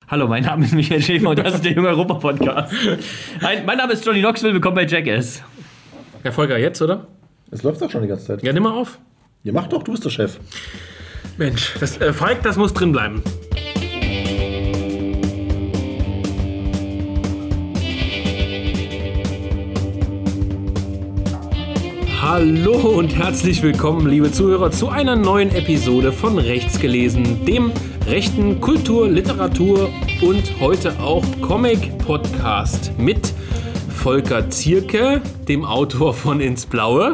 Hallo, mein Name ist Michael Schäfer und das ist der Junge Europa Podcast. Mein Name ist Johnny Knoxville, willkommen bei Jackass. Ja, Volker, jetzt, oder? Es läuft doch schon die ganze Zeit. Ja, nimm mal auf. Ja, mach doch, du bist der Chef. Mensch, Falk, das muss drin bleiben. Hallo und herzlich willkommen, liebe Zuhörer, zu einer neuen Episode von Rechts gelesen, dem rechten Kultur-, Literatur- und heute auch Comic-Podcast mit Volker Zierke, dem Autor von Ins Blaue,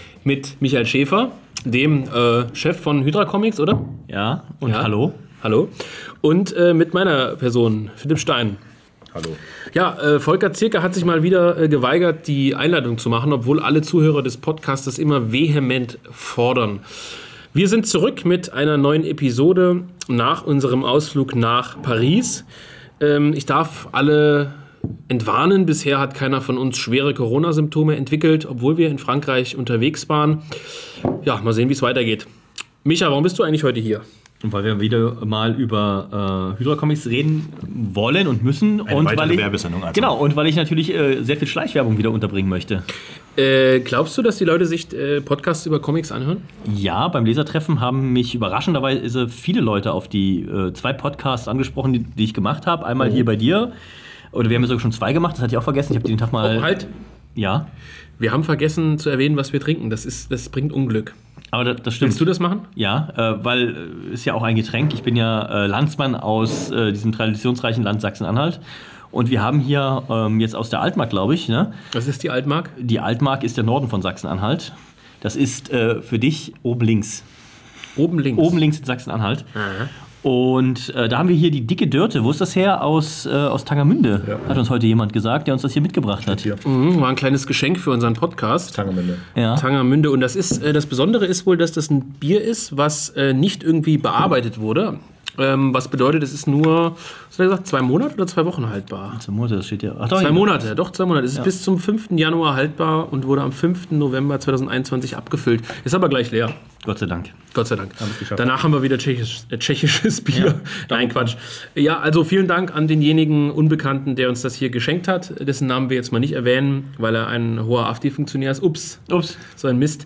mit Michael Schäfer, dem Chef von Hydra Comics, oder? Ja, und Ja. hallo. Hallo. Und mit meiner Person, Philipp Stein. Hallo. Ja, Volker Zierke hat sich mal wieder geweigert, die Einleitung zu machen, obwohl alle Zuhörer des Podcasts immer vehement fordern. Wir sind zurück mit einer neuen Episode nach unserem Ausflug nach Paris. Ich darf alle entwarnen, bisher hat keiner von uns schwere Corona-Symptome entwickelt, obwohl wir in Frankreich unterwegs waren. Ja, mal sehen, wie es weitergeht. Micha, warum bist du eigentlich heute hier? Und weil wir wieder mal über Hydra Comics reden wollen und müssen. Eine und weitere weil ich, Werbesendung also. Genau, und weil ich natürlich sehr viel Schleichwerbung wieder unterbringen möchte. Glaubst du, dass die Leute sich Podcasts über Comics anhören? Ja, beim Lesertreffen haben mich überraschenderweise viele Leute auf die 2 Podcasts angesprochen, die ich gemacht habe. Einmal hier bei dir. Oder wir haben ja sogar schon 2 gemacht, das hatte ich auch vergessen. Ich habe den Tag mal... Oh, halt! Ja, Wir haben vergessen zu erwähnen, was wir trinken. Das bringt Unglück. aber das stimmt. Willst du das machen? Ja, weil ist ja auch ein Getränk. Ich bin ja Landsmann aus diesem traditionsreichen Land Sachsen-Anhalt. Und wir haben hier jetzt aus der Altmark, glaube ich, ne? Was ist die Altmark? Die Altmark ist der Norden von Sachsen-Anhalt. Das ist für dich oben links. Oben links. Oben links in Sachsen-Anhalt. Aha. Und da haben wir hier die dicke Dörte. Wo ist das her? Aus Tangermünde, Ja. hat uns heute jemand gesagt, der uns das hier mitgebracht hat. Hier. War ein kleines Geschenk für unseren Podcast. Tangermünde. Ja. Tangermünde. Und das Besondere ist wohl, dass das ein Bier ist, was nicht irgendwie bearbeitet wurde. Was bedeutet, es ist nur, was hat er gesagt, 2 Monate oder 2 Wochen haltbar? Zum Monat, das steht ja. Ach, doch, 2 hier. Monate, doch 2 Monate. Es ist bis zum 5. Januar haltbar und wurde am 5. November 2021 abgefüllt. Ist aber gleich leer. Gott sei Dank. Gott sei Dank. Haben es geschafft. Danach haben wir wieder tschechisches Bier. Nein, Quatsch. Ja, also vielen Dank an denjenigen Unbekannten, der uns das hier geschenkt hat. Dessen Namen wir jetzt mal nicht erwähnen, weil er ein hoher AfD-Funktionär ist. Ups, so ein Mist.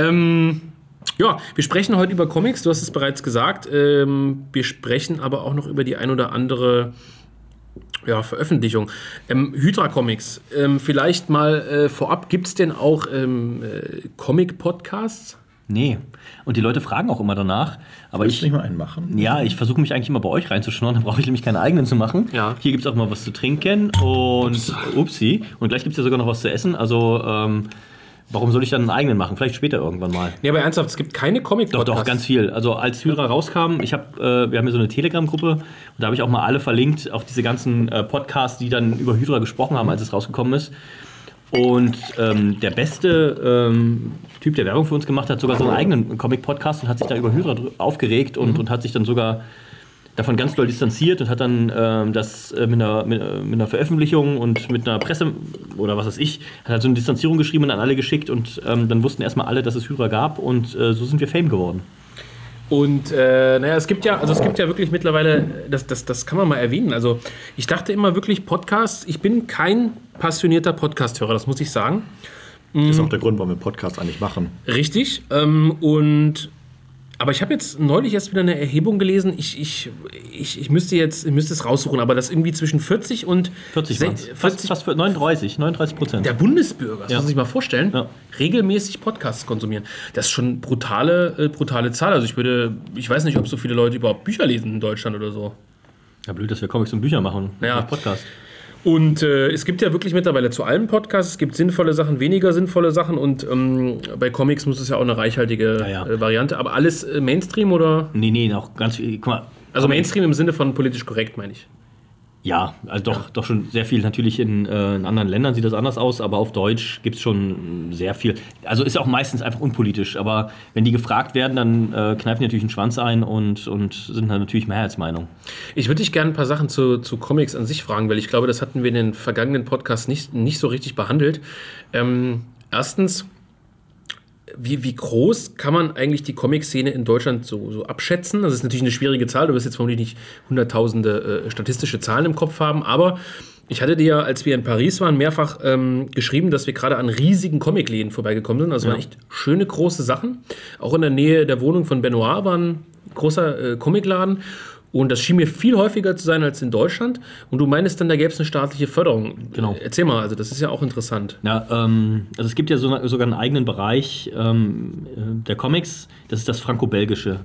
Ja, wir sprechen heute über Comics, du hast es bereits gesagt. Wir sprechen aber auch noch über die ein oder andere Veröffentlichung. Hydra Comics, vielleicht mal vorab, gibt es denn auch Comic-Podcasts? Nee. Und die Leute fragen auch immer danach. Aber Willst du nicht mal einen machen? Ja, ich versuche mich eigentlich immer bei euch reinzuschnorren, dann brauche ich nämlich keine eigenen zu machen. Ja. Hier gibt es auch mal was zu trinken und upsi. Und gleich gibt es ja sogar noch was zu essen. Also, warum soll ich dann einen eigenen machen? Vielleicht später irgendwann mal. Ja, aber ernsthaft, es gibt keine Comic-Podcasts. Doch, ganz viel. Also als Hydra rauskam, wir haben ja so eine Telegram-Gruppe und da habe ich auch mal alle verlinkt, auch diese ganzen Podcasts, die dann über Hydra gesprochen haben, als es rausgekommen ist. Und der beste Typ, der Werbung für uns gemacht hat, sogar so einen eigenen Comic-Podcast und hat sich da über Hydra aufgeregt und hat sich dann sogar davon ganz doll distanziert und hat dann das mit einer Veröffentlichung und mit einer Presse oder was weiß ich, hat halt so eine Distanzierung geschrieben und an alle geschickt und dann wussten erstmal alle, dass es Hydra gab und so sind wir Fame geworden. Und es gibt ja wirklich mittlerweile, das kann man mal erwähnen. Also ich dachte immer wirklich Podcasts, ich bin kein passionierter Podcast-Hörer, das muss ich sagen. Das ist auch der Grund, warum wir Podcasts eigentlich machen. Richtig. Aber ich habe jetzt neulich erst wieder eine Erhebung gelesen. Ich müsste es raussuchen, aber das irgendwie zwischen 40 und 40 waren es. Fast 39%. der Bundesbürger, das Ja. muss man sich mal vorstellen, Ja. regelmäßig Podcasts konsumieren. Das ist schon brutale Zahl. Also ich weiß nicht, ob so viele Leute überhaupt Bücher lesen in Deutschland oder so. Ja, blöd, dass wir Comics und Bücher machen. Ja. Nicht Podcast. Und es gibt ja wirklich mittlerweile zu allen Podcasts, es gibt sinnvolle Sachen, weniger sinnvolle Sachen und bei Comics muss es ja auch eine reichhaltige Variante, aber alles Mainstream oder? Nee, noch ganz viel. Guck mal. Also Mainstream im Sinne von politisch korrekt, meine ich. Ja, also doch schon sehr viel. Natürlich in anderen Ländern sieht das anders aus, aber auf Deutsch gibt es schon sehr viel. Also ist auch meistens einfach unpolitisch, aber wenn die gefragt werden, dann kneifen die natürlich einen Schwanz ein und sind dann natürlich Mehrheitsmeinung. Ich würde dich gerne ein paar Sachen zu Comics an sich fragen, weil ich glaube, das hatten wir in den vergangenen Podcasts nicht so richtig behandelt. Erstens, wie groß kann man eigentlich die Comic-Szene in Deutschland so abschätzen? Das ist natürlich eine schwierige Zahl, du wirst jetzt vermutlich nicht hunderttausende statistische Zahlen im Kopf haben, aber ich hatte dir ja, als wir in Paris waren, mehrfach geschrieben, dass wir gerade an riesigen Comicläden vorbeigekommen sind. Also waren echt schöne, große Sachen. Auch in der Nähe der Wohnung von Benoit war ein großer Comicladen. Und das schien mir viel häufiger zu sein als in Deutschland. Und du meinst dann, da gäbe es eine staatliche Förderung. Genau. Erzähl mal, also das ist ja auch interessant. Ja, also es gibt ja sogar einen eigenen Bereich der Comics. Das ist das Franco-Belgische.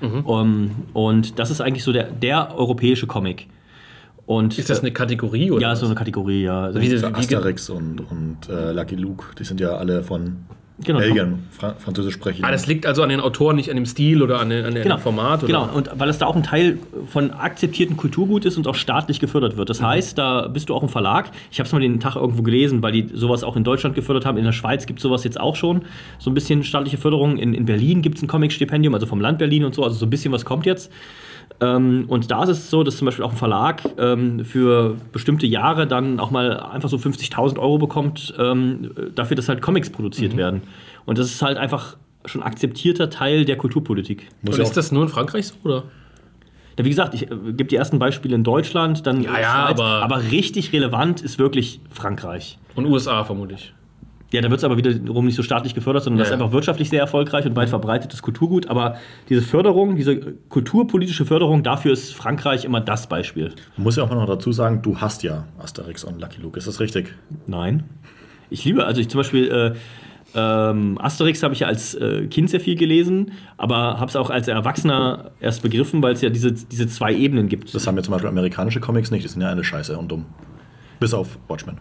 Und das ist eigentlich so der europäische Comic. Und, ist das eine Kategorie? Oder ja, so eine Kategorie, ja. Also Asterix und Lucky Luke, die sind ja alle von Belgien, Französisch sprechen. Das liegt also an den Autoren, nicht an dem Stil oder an dem Format? Oder? Genau, und weil es da auch ein Teil von akzeptiertem Kulturgut ist und auch staatlich gefördert wird. Das heißt, da bist du auch ein Verlag. Ich habe es mal den Tag irgendwo gelesen, weil die sowas auch in Deutschland gefördert haben. In der Schweiz gibt es sowas jetzt auch schon. So ein bisschen staatliche Förderung. In Berlin gibt es ein Comic-Stipendium, also vom Land Berlin und so. Also so ein bisschen was kommt jetzt. Und da ist es so, dass zum Beispiel auch ein Verlag für bestimmte Jahre dann auch mal einfach so 50.000 € bekommt, dafür, dass halt Comics produziert werden. Und das ist halt einfach schon akzeptierter Teil der Kulturpolitik. Und ist das nur in Frankreich so, oder? Ja, wie gesagt, ich gebe die ersten Beispiele in Deutschland, dann Schweiz, aber richtig relevant ist wirklich Frankreich. Und USA vermutlich. Ja, da wird es aber wiederum nicht so staatlich gefördert, sondern das ist einfach wirtschaftlich sehr erfolgreich und weit verbreitetes Kulturgut. Aber diese Förderung, diese kulturpolitische Förderung, dafür ist Frankreich immer das Beispiel. Man muss ja auch noch dazu sagen, du hast ja Asterix und Lucky Luke. Ist das richtig? Nein. Ich liebe, also ich zum Beispiel Asterix habe ich ja als Kind sehr viel gelesen, aber habe es auch als Erwachsener erst begriffen, weil es ja diese zwei Ebenen gibt. Das haben ja zum Beispiel amerikanische Comics nicht, die sind ja alle scheiße und dumm. Bis auf Watchmen.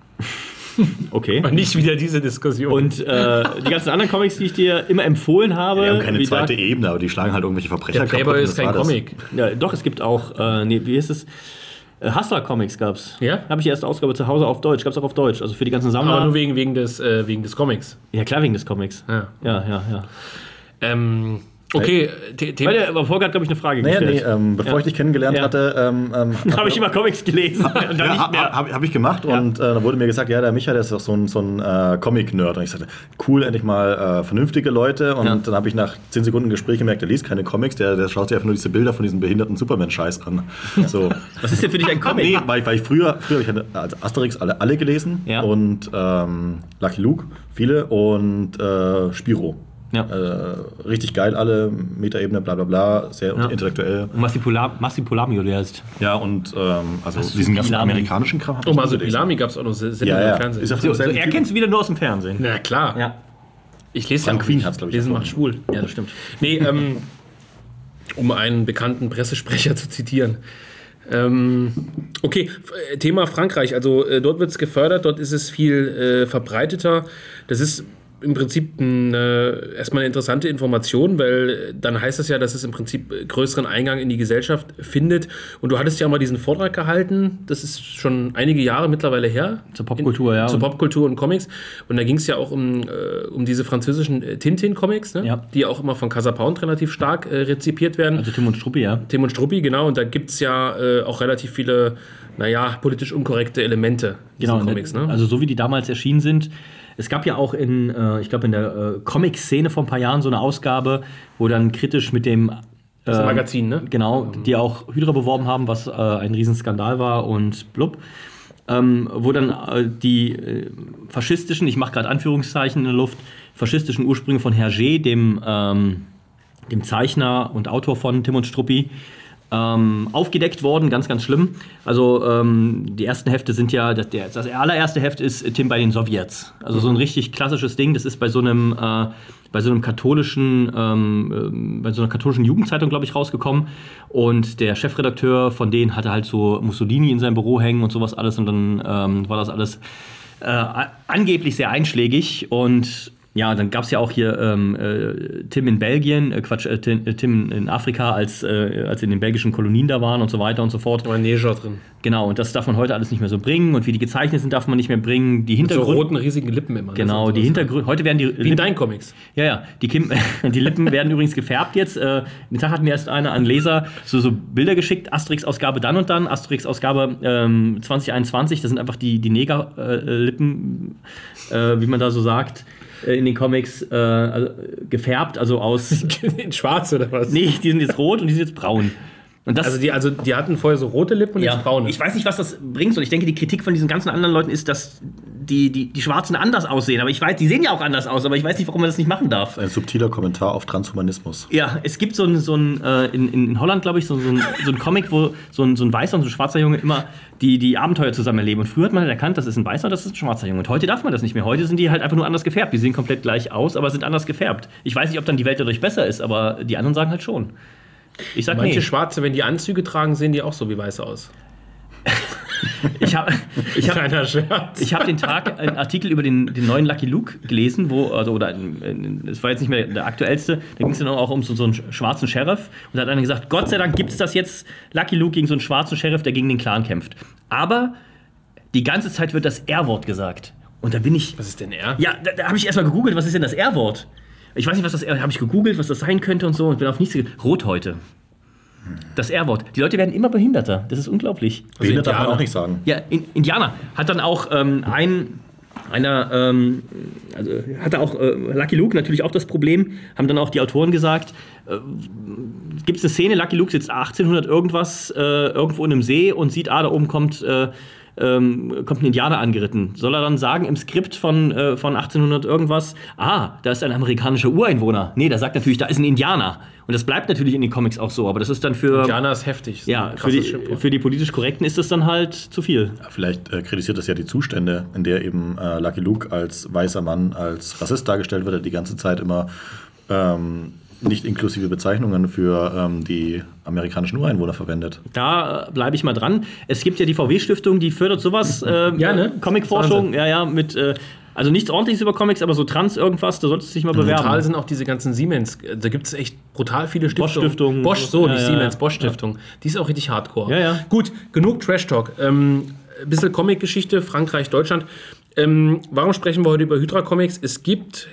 Okay. Und nicht wieder diese Diskussion. Und die ganzen anderen Comics, die ich dir immer empfohlen habe. Die haben keine zweite Ebene, aber die schlagen halt irgendwelche Verbrecher kaputt. Der Playboy ist kein Comic. Ja, doch, es gibt auch, wie heißt es? Hustler-Comics gab's. Ja? Habe ich die erste Ausgabe zu Hause auf Deutsch. Gab's auch auf Deutsch. Also für die ganzen Sammler. Aber nur wegen des Comics. Ja, klar, wegen des Comics. Ja. Okay, aber Volker hat, glaube ich, eine Frage gestellt. Bevor ich dich kennengelernt hatte, habe ich immer Comics gelesen. Und dann nicht mehr. Hab ich gemacht und da wurde mir gesagt, ja, der Micha, der ist doch so ein Comic-Nerd. Und ich sagte, cool, endlich mal vernünftige Leute. Und dann habe ich nach 10 Sekunden Gespräch gemerkt, der liest keine Comics, der schaut sich einfach nur diese Bilder von diesem behinderten Superman-Scheiß an. So. Was ist denn für dich ein Comic? Nee, weil ich früher ich hatte als Asterix alle gelesen und Lucky Luke, viele und Spyro. Ja. Richtig geil, alle, Metaebene, bla bla bla, sehr intellektuell. Und Massimo der ist. Ja, und also diesen ganzen amerikanischen Kram. Masopilami gab es auch noch sehr im Fernsehen. Ist so, er kennt es wieder nur aus dem Fernsehen. Na klar. Ja. Ich lese Frank Queen hat es, glaube ich. Lesen macht schwul. Ja, das stimmt. Nee, um einen bekannten Pressesprecher zu zitieren. Okay, Thema Frankreich. Also dort wird es gefördert, dort ist es viel verbreiteter. Das ist im Prinzip erstmal eine interessante Information, weil dann heißt das ja, dass es im Prinzip größeren Eingang in die Gesellschaft findet. Und du hattest ja auch mal diesen Vortrag gehalten, das ist schon einige Jahre mittlerweile her. Zur Popkultur, Zur Popkultur und Comics. Und da ging es ja auch um diese französischen Tintin-Comics, ne? Ja. Die auch immer von Casa Pound relativ stark rezipiert werden. Also Tim und Struppi, ja. Tim und Struppi, genau. Und da gibt es ja auch relativ viele, politisch unkorrekte Elemente in diesen Comics. Ne? Also so wie die damals erschienen sind. Es gab ja auch in der Comic-Szene vor ein paar Jahren so eine Ausgabe, wo dann kritisch mit dem das Magazin, ne? Genau, die auch Hydra beworben haben, was ein Riesenskandal war und blub. Wo dann die faschistischen, ich mache gerade Anführungszeichen in der Luft, faschistischen Ursprünge von Hergé, dem Zeichner und Autor von Tim und Struppi, aufgedeckt worden, ganz, ganz schlimm. Also die ersten Hefte sind ja, das allererste Heft ist Tim bei den Sowjets. Also so ein richtig klassisches Ding, das ist bei so einer katholischen Jugendzeitung, glaube ich, rausgekommen. Und der Chefredakteur von denen hatte halt so Mussolini in seinem Büro hängen und sowas alles. Und dann war das alles angeblich sehr einschlägig. Und ja, dann gab es ja auch hier Tim in Belgien, Tim in Afrika, als in den belgischen Kolonien da waren und so weiter und so fort. Da war Neger drin. Genau, und das darf man heute alles nicht mehr so bringen. Und wie die gezeichnet sind, darf man nicht mehr bringen. Die Hintergründe. Mit so roten, riesigen Lippen immer. Genau, die Hintergründe. Heute werden die wie in deinen Comics. Ja. Die Lippen werden übrigens gefärbt jetzt. Den Tag hat mir erst einer an Leser so Bilder geschickt. Asterix-Ausgabe dann und dann. Asterix-Ausgabe 2021. Das sind einfach die Neger-Lippen, wie man da so sagt. in den Comics gefärbt, also aus... In schwarz oder was? Nee, die sind jetzt rot und die sind jetzt braun. Und das, die hatten vorher so rote Lippen und jetzt braune. Ich weiß nicht, was das bringt. Und ich denke, die Kritik von diesen ganzen anderen Leuten ist, dass die Schwarzen anders aussehen. Aber ich weiß, die sehen ja auch anders aus, aber ich weiß nicht, warum man das nicht machen darf. Ein subtiler Kommentar auf Transhumanismus. Ja, es gibt in Holland, glaube ich, so ein Comic, wo so ein weißer und so ein schwarzer Junge immer die Abenteuer zusammen erleben. Und früher hat man halt erkannt, das ist ein weißer, das ist ein schwarzer Junge. Und heute darf man das nicht mehr. Heute sind die halt einfach nur anders gefärbt. Die sehen komplett gleich aus, aber sind anders gefärbt. Ich weiß nicht, ob dann die Welt dadurch besser ist, aber die anderen sagen halt schon. Ich sag Manche Schwarze, wenn die Anzüge tragen, sehen die auch so wie Weiße aus. Ich habe den Tag einen Artikel über den neuen Lucky Luke gelesen, es war jetzt nicht mehr der aktuellste, da ging es dann auch um so einen schwarzen Sheriff und da hat einer gesagt, Gott sei Dank gibt es das jetzt, Lucky Luke gegen so einen schwarzen Sheriff, der gegen den Clan kämpft. Aber die ganze Zeit wird das R-Wort gesagt. Und da bin ich... Was ist denn R? Ja, da habe ich erstmal gegoogelt, was ist denn das R-Wort? Ich weiß nicht, was das R-Wort ist, habe ich gegoogelt, was das sein könnte und so und bin auf nichts Rothäute. Das R-Wort. Die Leute werden immer behinderter. Das ist unglaublich. Behindert darf man auch nicht sagen. Ja, Indianer hat dann auch hatte auch Lucky Luke natürlich auch das Problem, haben dann auch die Autoren gesagt, gibt es eine Szene, Lucky Luke sitzt 1800 irgendwas irgendwo in einem See und sieht, da oben kommt ein Indianer angeritten. Soll er dann sagen im Skript von 1800 irgendwas, da ist ein amerikanischer Ureinwohner? Nee, der sagt natürlich, da ist ein Indianer. Und das bleibt natürlich in den Comics auch so, aber das ist dann für... Indianer ist heftig. Ja, für die politisch Korrekten ist das dann halt zu viel. Ja, vielleicht kritisiert das ja die Zustände, in der eben Lucky Luke als weißer Mann, als Rassist dargestellt wird, der die ganze Zeit immer nicht inklusive Bezeichnungen für die amerikanischen Ureinwohner verwendet. Da bleibe ich mal dran. Es gibt ja die VW-Stiftung, die fördert sowas, Comicforschung, mit also nichts Ordentliches über Comics, aber so Trans irgendwas, da solltest du dich mal bewerben. Brutal sind auch diese ganzen Siemens, da gibt es echt brutal viele Stiftungen. Bosch-Stiftung. Siemens, Bosch-Stiftung. Ja. Die ist auch richtig hardcore. Ja, ja. Gut, genug Trash-Talk. Bisschen Comic-Geschichte, Frankreich, Deutschland. Warum sprechen wir heute über Hydra Comics? Es gibt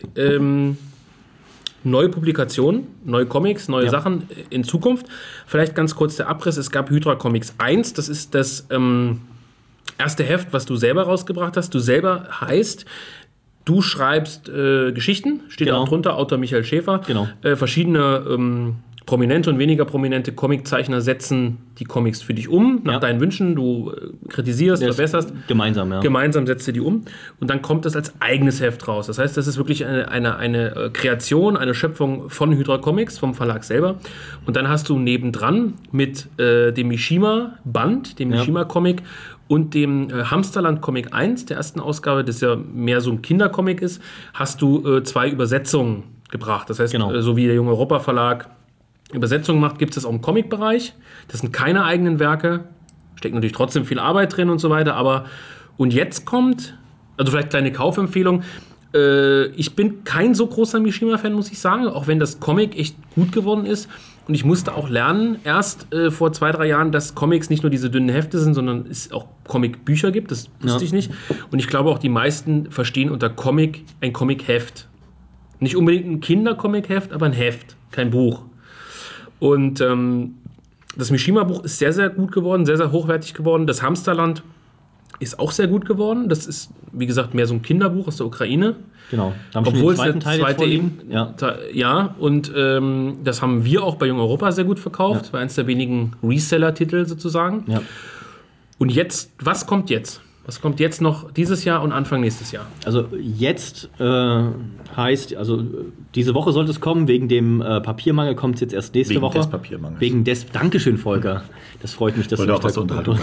neue Publikationen, neue Comics, neue Sachen in Zukunft. Vielleicht ganz kurz der Abriss. Es gab Hydra Comics 1, das ist das erste Heft, was du selber rausgebracht hast. Du selber heißt, du schreibst Geschichten, steht auch drunter, Autor Michael Schäfer. Genau. Verschiedene prominente und weniger prominente Comiczeichner setzen die Comics für dich um, nach deinen Wünschen. Du kritisierst, verbesserst. Gemeinsam setzt ihr die um. Und dann kommt das als eigenes Heft raus. Das heißt, das ist wirklich eine Kreation, eine Schöpfung von Hydra Comics, vom Verlag selber. Und dann hast du nebendran mit dem Mishima-Band, dem Mishima-Comic und dem Hamsterland-Comic 1, der ersten Ausgabe, das ja mehr so ein Kindercomic ist, hast du 2 Übersetzungen gebracht. Das heißt, so wie der Junge Europa Verlag Übersetzungen macht, gibt es das auch im Comic-Bereich. Das sind keine eigenen Werke. Steckt natürlich trotzdem viel Arbeit drin und so weiter. Aber und jetzt kommt, also vielleicht kleine Kaufempfehlung. Ich bin kein so großer Mishima-Fan, muss ich sagen, auch wenn das Comic echt gut geworden ist. Und ich musste auch lernen, erst vor 2-3 Jahren, dass Comics nicht nur diese dünnen Hefte sind, sondern es auch Comic-Bücher gibt. Das wusste ich nicht. Und ich glaube auch, die meisten verstehen unter Comic ein Comic-Heft. Nicht unbedingt ein Kinder-Comic-Heft, aber ein Heft, kein Buch. Und das Mishima-Buch ist sehr, sehr gut geworden, sehr, sehr hochwertig geworden. Das Hamsterland ist auch sehr gut geworden. Das ist, wie gesagt, mehr so ein Kinderbuch aus der Ukraine. Genau. Obwohl es der zweite eben. Ja, und das haben wir auch bei Jung Europa sehr gut verkauft. Das war eines der wenigen Reseller-Titel sozusagen. Ja. Und jetzt, was kommt jetzt? Was kommt jetzt noch dieses Jahr und Anfang nächstes Jahr? Also jetzt heißt, also diese Woche sollte es kommen, wegen dem Papiermangel kommt es jetzt erst nächste Woche. Des Papiermangels. Wegen des, Dankeschön Volker, das freut mich, dass du auch was Unterhaltung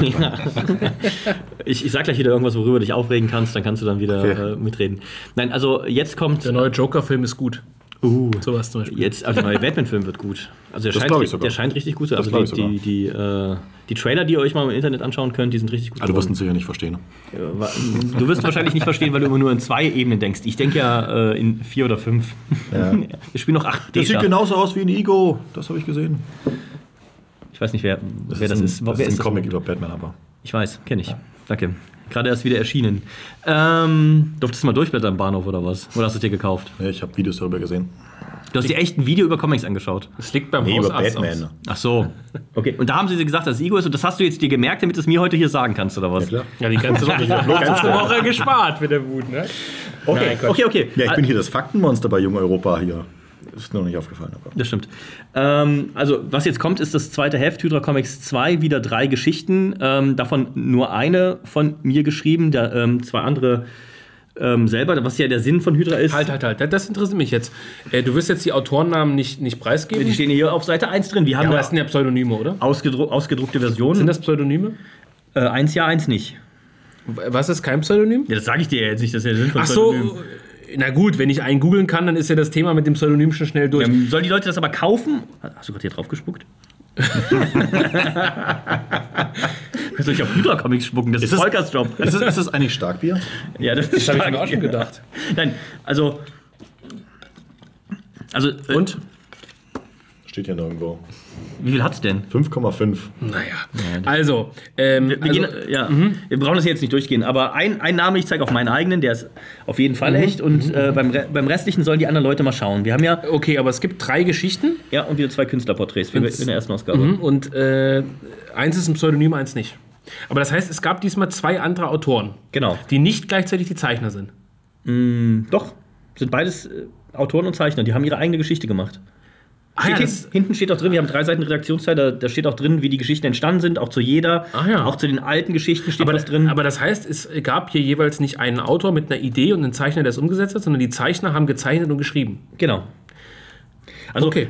Ich sag gleich wieder irgendwas, worüber du dich aufregen kannst, dann kannst du dann wieder mitreden. Nein, also jetzt kommt... Der neue Joker-Film ist gut. Sowas zum Beispiel. Jetzt, also der neue Batman-Film wird gut. Also der scheint richtig gut zu sein. Also die Trailer, die ihr euch mal im Internet anschauen könnt, die sind richtig gut. Also du wirst ihn sicher nicht verstehen. Du wirst wahrscheinlich nicht verstehen, weil du immer nur in 2 Ebenen denkst. Ich denke ja in 4 oder 5. Ja. Wir spielen noch 8D. Das sieht genauso aus wie ein Ego. Das habe ich gesehen. Ich weiß nicht, wer das ist. Das ist ein Comic über Batman, aber. Ich weiß, kenne ich. Danke. Gerade erst wieder erschienen. Durftest du mal durchblättern am Bahnhof oder was? Oder hast du es dir gekauft? Nee, ich habe Videos darüber gesehen. Du hast dir echt ein Video über Comics angeganst? Das liegt beim über Batman. Ach so. Okay. Und da haben sie gesagt, dass es Ego ist und das hast du jetzt dir gemerkt, damit du es mir heute hier sagen kannst, oder was? Ja, klar. Ja, die ganze Woche gespart mit der Wut, ne? Okay. Ja, ich bin hier das Faktenmonster bei Jung Europa hier. Ist noch nicht aufgefallen. Aber. Das stimmt. Also, was jetzt kommt, ist das zweite Heft, Hydra Comics 2, wieder 3 Geschichten. Davon nur eine von mir geschrieben, 2 andere selber, was ja der Sinn von Hydra ist. Halt. Das interessiert mich jetzt. Du wirst jetzt die Autorennamen nicht preisgeben? Die stehen hier auf Seite 1 drin. Wir haben das sind ja Pseudonyme, oder? Ausgedruckte Versionen. Sind das Pseudonyme? 1 ja, 1 nicht. Was ist kein Pseudonym? Ja, das sage ich dir jetzt nicht, das ist ja der Sinn von Ach so, Pseudonym. na gut, wenn ich einen googeln kann, dann ist ja das Thema mit dem Pseudonym schon schnell durch. Sollen die Leute das aber kaufen? Hast du gerade hier drauf gespuckt? Soll ich auf Hydra Comics spucken? Das ist Volkers Job. Ist das eigentlich Starkbier? Ja, das ist Das habe ich mir auch schon gedacht. Nein, also Und? Steht hier nirgendwo. wie viel hat's denn? 5,5. Naja, also, Wir brauchen das jetzt nicht durchgehen, aber ein Name, ich zeige auf meinen eigenen, der ist auf jeden Fall echt und beim Restlichen sollen die anderen Leute mal schauen. Wir haben ja... Okay, aber es gibt 3 Geschichten. Ja, und wieder 2 Künstlerporträts in der ersten Ausgabe. Und 1 ist ein Pseudonym, 1 nicht. Aber das heißt, es gab diesmal 2 andere Autoren, Genau. die nicht gleichzeitig die Zeichner sind. Doch, sind beides Autoren und Zeichner, die haben ihre eigene Geschichte gemach hinten steht auch drin, wir haben 3 Seiten Redaktionszeit, da steht auch drin, wie die Geschichten entstanden sind, auch zu jeder, auch zu den alten Geschichten steht was drin. Aber das heißt, es gab hier jeweils nicht einen Autor mit einer Idee und einen Zeichner, der es umgesetzt hat, sondern die Zeichner haben gezeichnet und geschrieben. Genau. Also, okay.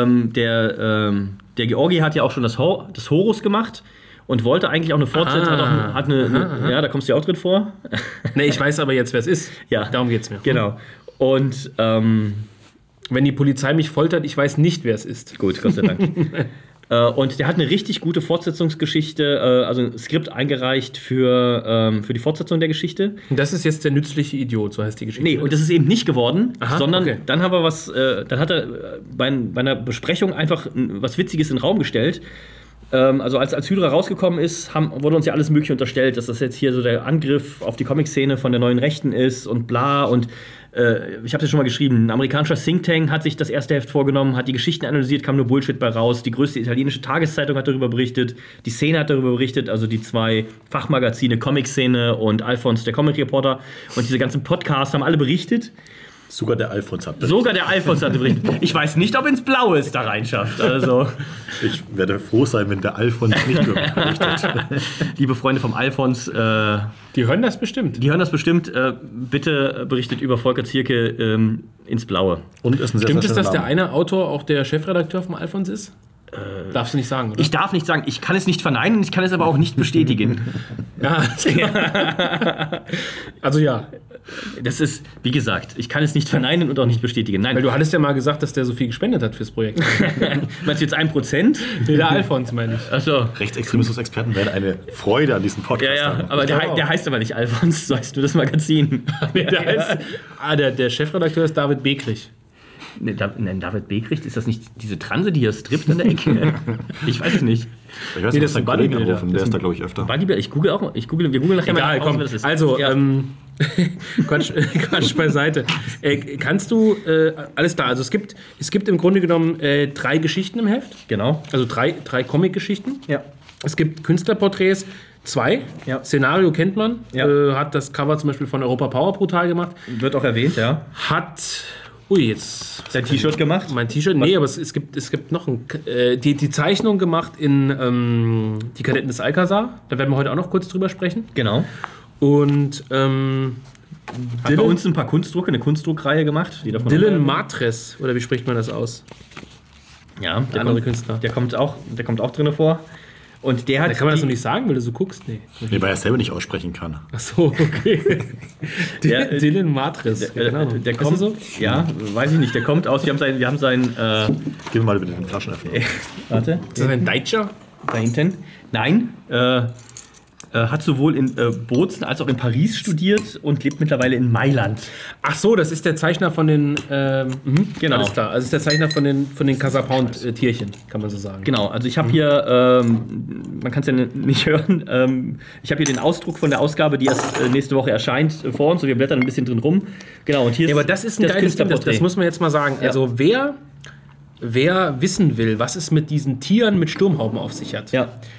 Der Georgi hat ja auch schon das Horus gemacht und wollte eigentlich auch eine Fortsetzung, ja, da kommst du ja auch drin vor. Nee, ich weiß aber jetzt, wer es ist. Ja. Darum geht's mir. Genau. Und wenn die Polizei mich foltert, ich weiß nicht, wer es ist. Gut, Gott sei Dank. Und der hat eine richtig gute Fortsetzungsgeschichte, also ein Skript eingereicht für die Fortsetzung der Geschichte. Und das ist jetzt der nützliche Idiot, so heißt die Geschichte. Nee, und das ist eben nicht geworden, sondern okay. Dann haben wir dann hat er bei einer Besprechung einfach was Witziges in den Raum gestellt. Also als Hydra rausgekommen ist, wurde uns ja alles Mögliche unterstellt, dass das jetzt hier so der Angriff auf die Comic-Szene von der neuen Rechten ist und bla und ich habe es ja schon mal geschrieben, ein amerikanischer Think Tank hat sich das erste Heft vorgenommen, hat die Geschichten analysiert, kam nur Bullshit bei raus. Die größte italienische Tageszeitung hat darüber berichtet, die Szene hat darüber berichtet, also die 2 Fachmagazine, Comic-Szene und Alphons, der Comic-Reporter und diese ganzen Podcasts haben alle berichtet. Sogar der Alphons hat berichtet. Sogar der Alphons hat berichtet. Ich weiß nicht, ob ins Blaue es da reinschafft. Also. Ich werde froh sein, wenn der Alphons nicht berichtet. Liebe Freunde vom Alphons. Die hören das bestimmt. Bitte berichtet über Volker Zierke ins Blaue. Und ist ein sehr Stimmt es, dass Name. der eine Autor auch der Chefredakteur vom Alphons ist? Darfst du nicht sagen, oder? Ich darf nicht sagen. Ich kann es nicht verneinen, ich kann es aber auch nicht bestätigen. Ja. Also ja. Das ist, wie gesagt, ich kann es nicht verneinen und auch nicht bestätigen. Nein. Weil du hattest ja mal gesagt, dass der so viel gespendet hat fürs Projekt. Meinst du jetzt 1%? Nee, der Alphons, meine ich. Achso. Rechtsextremismus-Experten werden eine Freude an diesem Podcast haben. Aber der heißt aber nicht Alphons, so heißt nur das Magazin. Der heißt, der Chefredakteur ist David Bekrich. David Bekrich, ist das nicht diese Transe, die hier strippt an der Ecke? Ich weiß es nicht. Ich weiß Nee, nicht, das was ist dein ein Kollege Bodybuilder. anrufen, der ist da, glaube ich, öfter. Bodybuilder, wir googeln nachher Egal, mal komm. wer das ist. Also, ja. Quatsch beiseite. Kannst du, alles klar, also es gibt im Grunde genommen 3 Geschichten im Heft. Genau. Also 3 Comic-Geschichten. Ja. Es gibt Künstlerporträts, 2. Ja. Szenario kennt man. Ja. Hat das Cover zum Beispiel von Europa Power brutal gemacht. Wird auch erwähnt, ja. Hat... Ui, jetzt... Dein T-Shirt gemacht? Mein T-Shirt? Nee, aber es gibt noch die Zeichnung gemacht in Die Kadetten des Alcazar. Da werden wir heute auch noch kurz drüber sprechen. Genau. Und Hat bei uns ein paar Kunstdrucke, eine Kunstdruckreihe gemacht. Die Dylan Matres, oder wie spricht man das aus? Ja, Der andere Künstler. Der kommt auch drin vor. Und der hat. Da kann man das noch nicht sagen, weil du so guckst. Nee, weil er selber nicht aussprechen kann. Ach so, okay. Dylan Matres. Der kommt so? Ja, weiß ich nicht. Der kommt aus. Wir haben sein. Gib mir mal bitte den Flaschenöffner. Warte. Ist das ein Deutscher? Da hinten. Nein. Hat sowohl in Bozen als auch in Paris studiert und lebt mittlerweile in Mailand. Ach so, das ist der Zeichner von den. Genau. Alles klar. Also ist der Zeichner von den Casapound-Tierchen, kann man so sagen. Genau, also ich habe hier, man kann es ja nicht hören, ich habe hier den Ausdruck von der Ausgabe, die erst nächste Woche erscheint, vor uns und wir blättern ein bisschen drin rum. Genau, und hier ist aber das ist ein geiles Ding, das muss man jetzt mal sagen. Ja. Also wer wissen will, was es mit diesen Tieren mit Sturmhauben auf sich hat, Ja.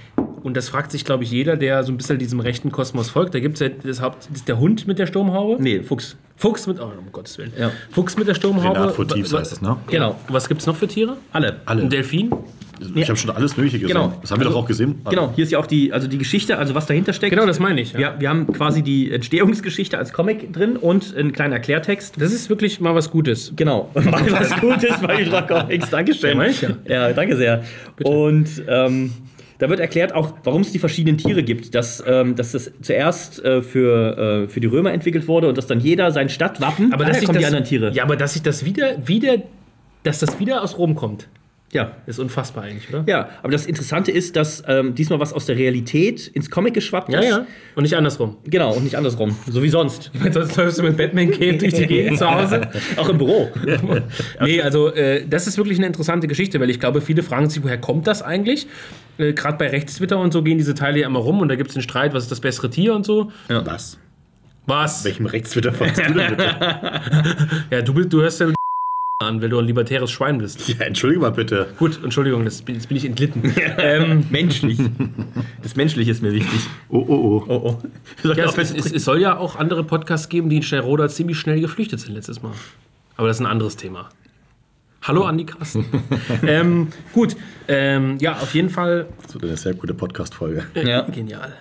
und das fragt sich, glaube ich, jeder, der so ein bisschen diesem rechten Kosmos folgt. Da gibt es ja der Hund mit der Sturmhaube. Nee, Fuchs. Fuchs mit, um Gottes Willen. Ja. Fuchs mit der Sturmhaube. Renat Votivs heißt es, ne? Genau. Was gibt es noch für Tiere? Alle. Ein Delfin? Ich habe schon alles Mögliche gesehen. Genau. Das haben wir doch auch gesehen. Genau, hier ist ja auch die Geschichte, also was dahinter steckt. Genau, das meine ich. Ja. Wir haben quasi die Entstehungsgeschichte als Comic drin und einen kleinen Erklärtext. Das ist wirklich mal was Gutes. Genau. Mal was Gutes bei Hydra Comics. Dankeschön. Ja, meine ich ja. Ja, danke sehr. Bitte. Und da wird erklärt auch, warum es die verschiedenen Tiere gibt. Dass das zuerst für die Römer entwickelt wurde und dass dann jeder sein Stadtwappen, Aber daher kommen die anderen Tiere. Ja, aber dass sich das dass das wieder aus Rom kommt. Ja. Ist unfassbar eigentlich, oder? Ja, aber das Interessante ist, dass diesmal was aus der Realität ins Comic geschwappt ist. Ja. Und nicht andersrum. Genau, und nicht andersrum. So wie sonst. Ich meine, sonst läufst du mit Batman-Cape durch die Gegend zu Hause. Auch im Büro. Nee, also das ist wirklich eine interessante Geschichte, weil ich glaube, viele fragen sich, woher kommt das eigentlich? Gerade bei Rechtstwitter und so gehen diese Teile ja immer rum und da gibt es einen Streit, was ist das bessere Tier und so. Ja. Was? Welchem Rechtstwitter folgst du denn bitte? Ja, du hörst ja an, weil du ein libertäres Schwein bist. Ja, entschuldige mal bitte. Gut, Entschuldigung, jetzt bin ich entlitten. Menschlich. Das Menschliche ist mir wichtig. Oh. Ja, es soll ja auch andere Podcasts geben, die in Schnellroda ziemlich schnell geflüchtet sind letztes Mal. Aber das ist ein anderes Thema. Hallo Andi Carsten. Gut, ja, auf jeden Fall. Das wird eine sehr gute Podcast-Folge. Ja. Genial.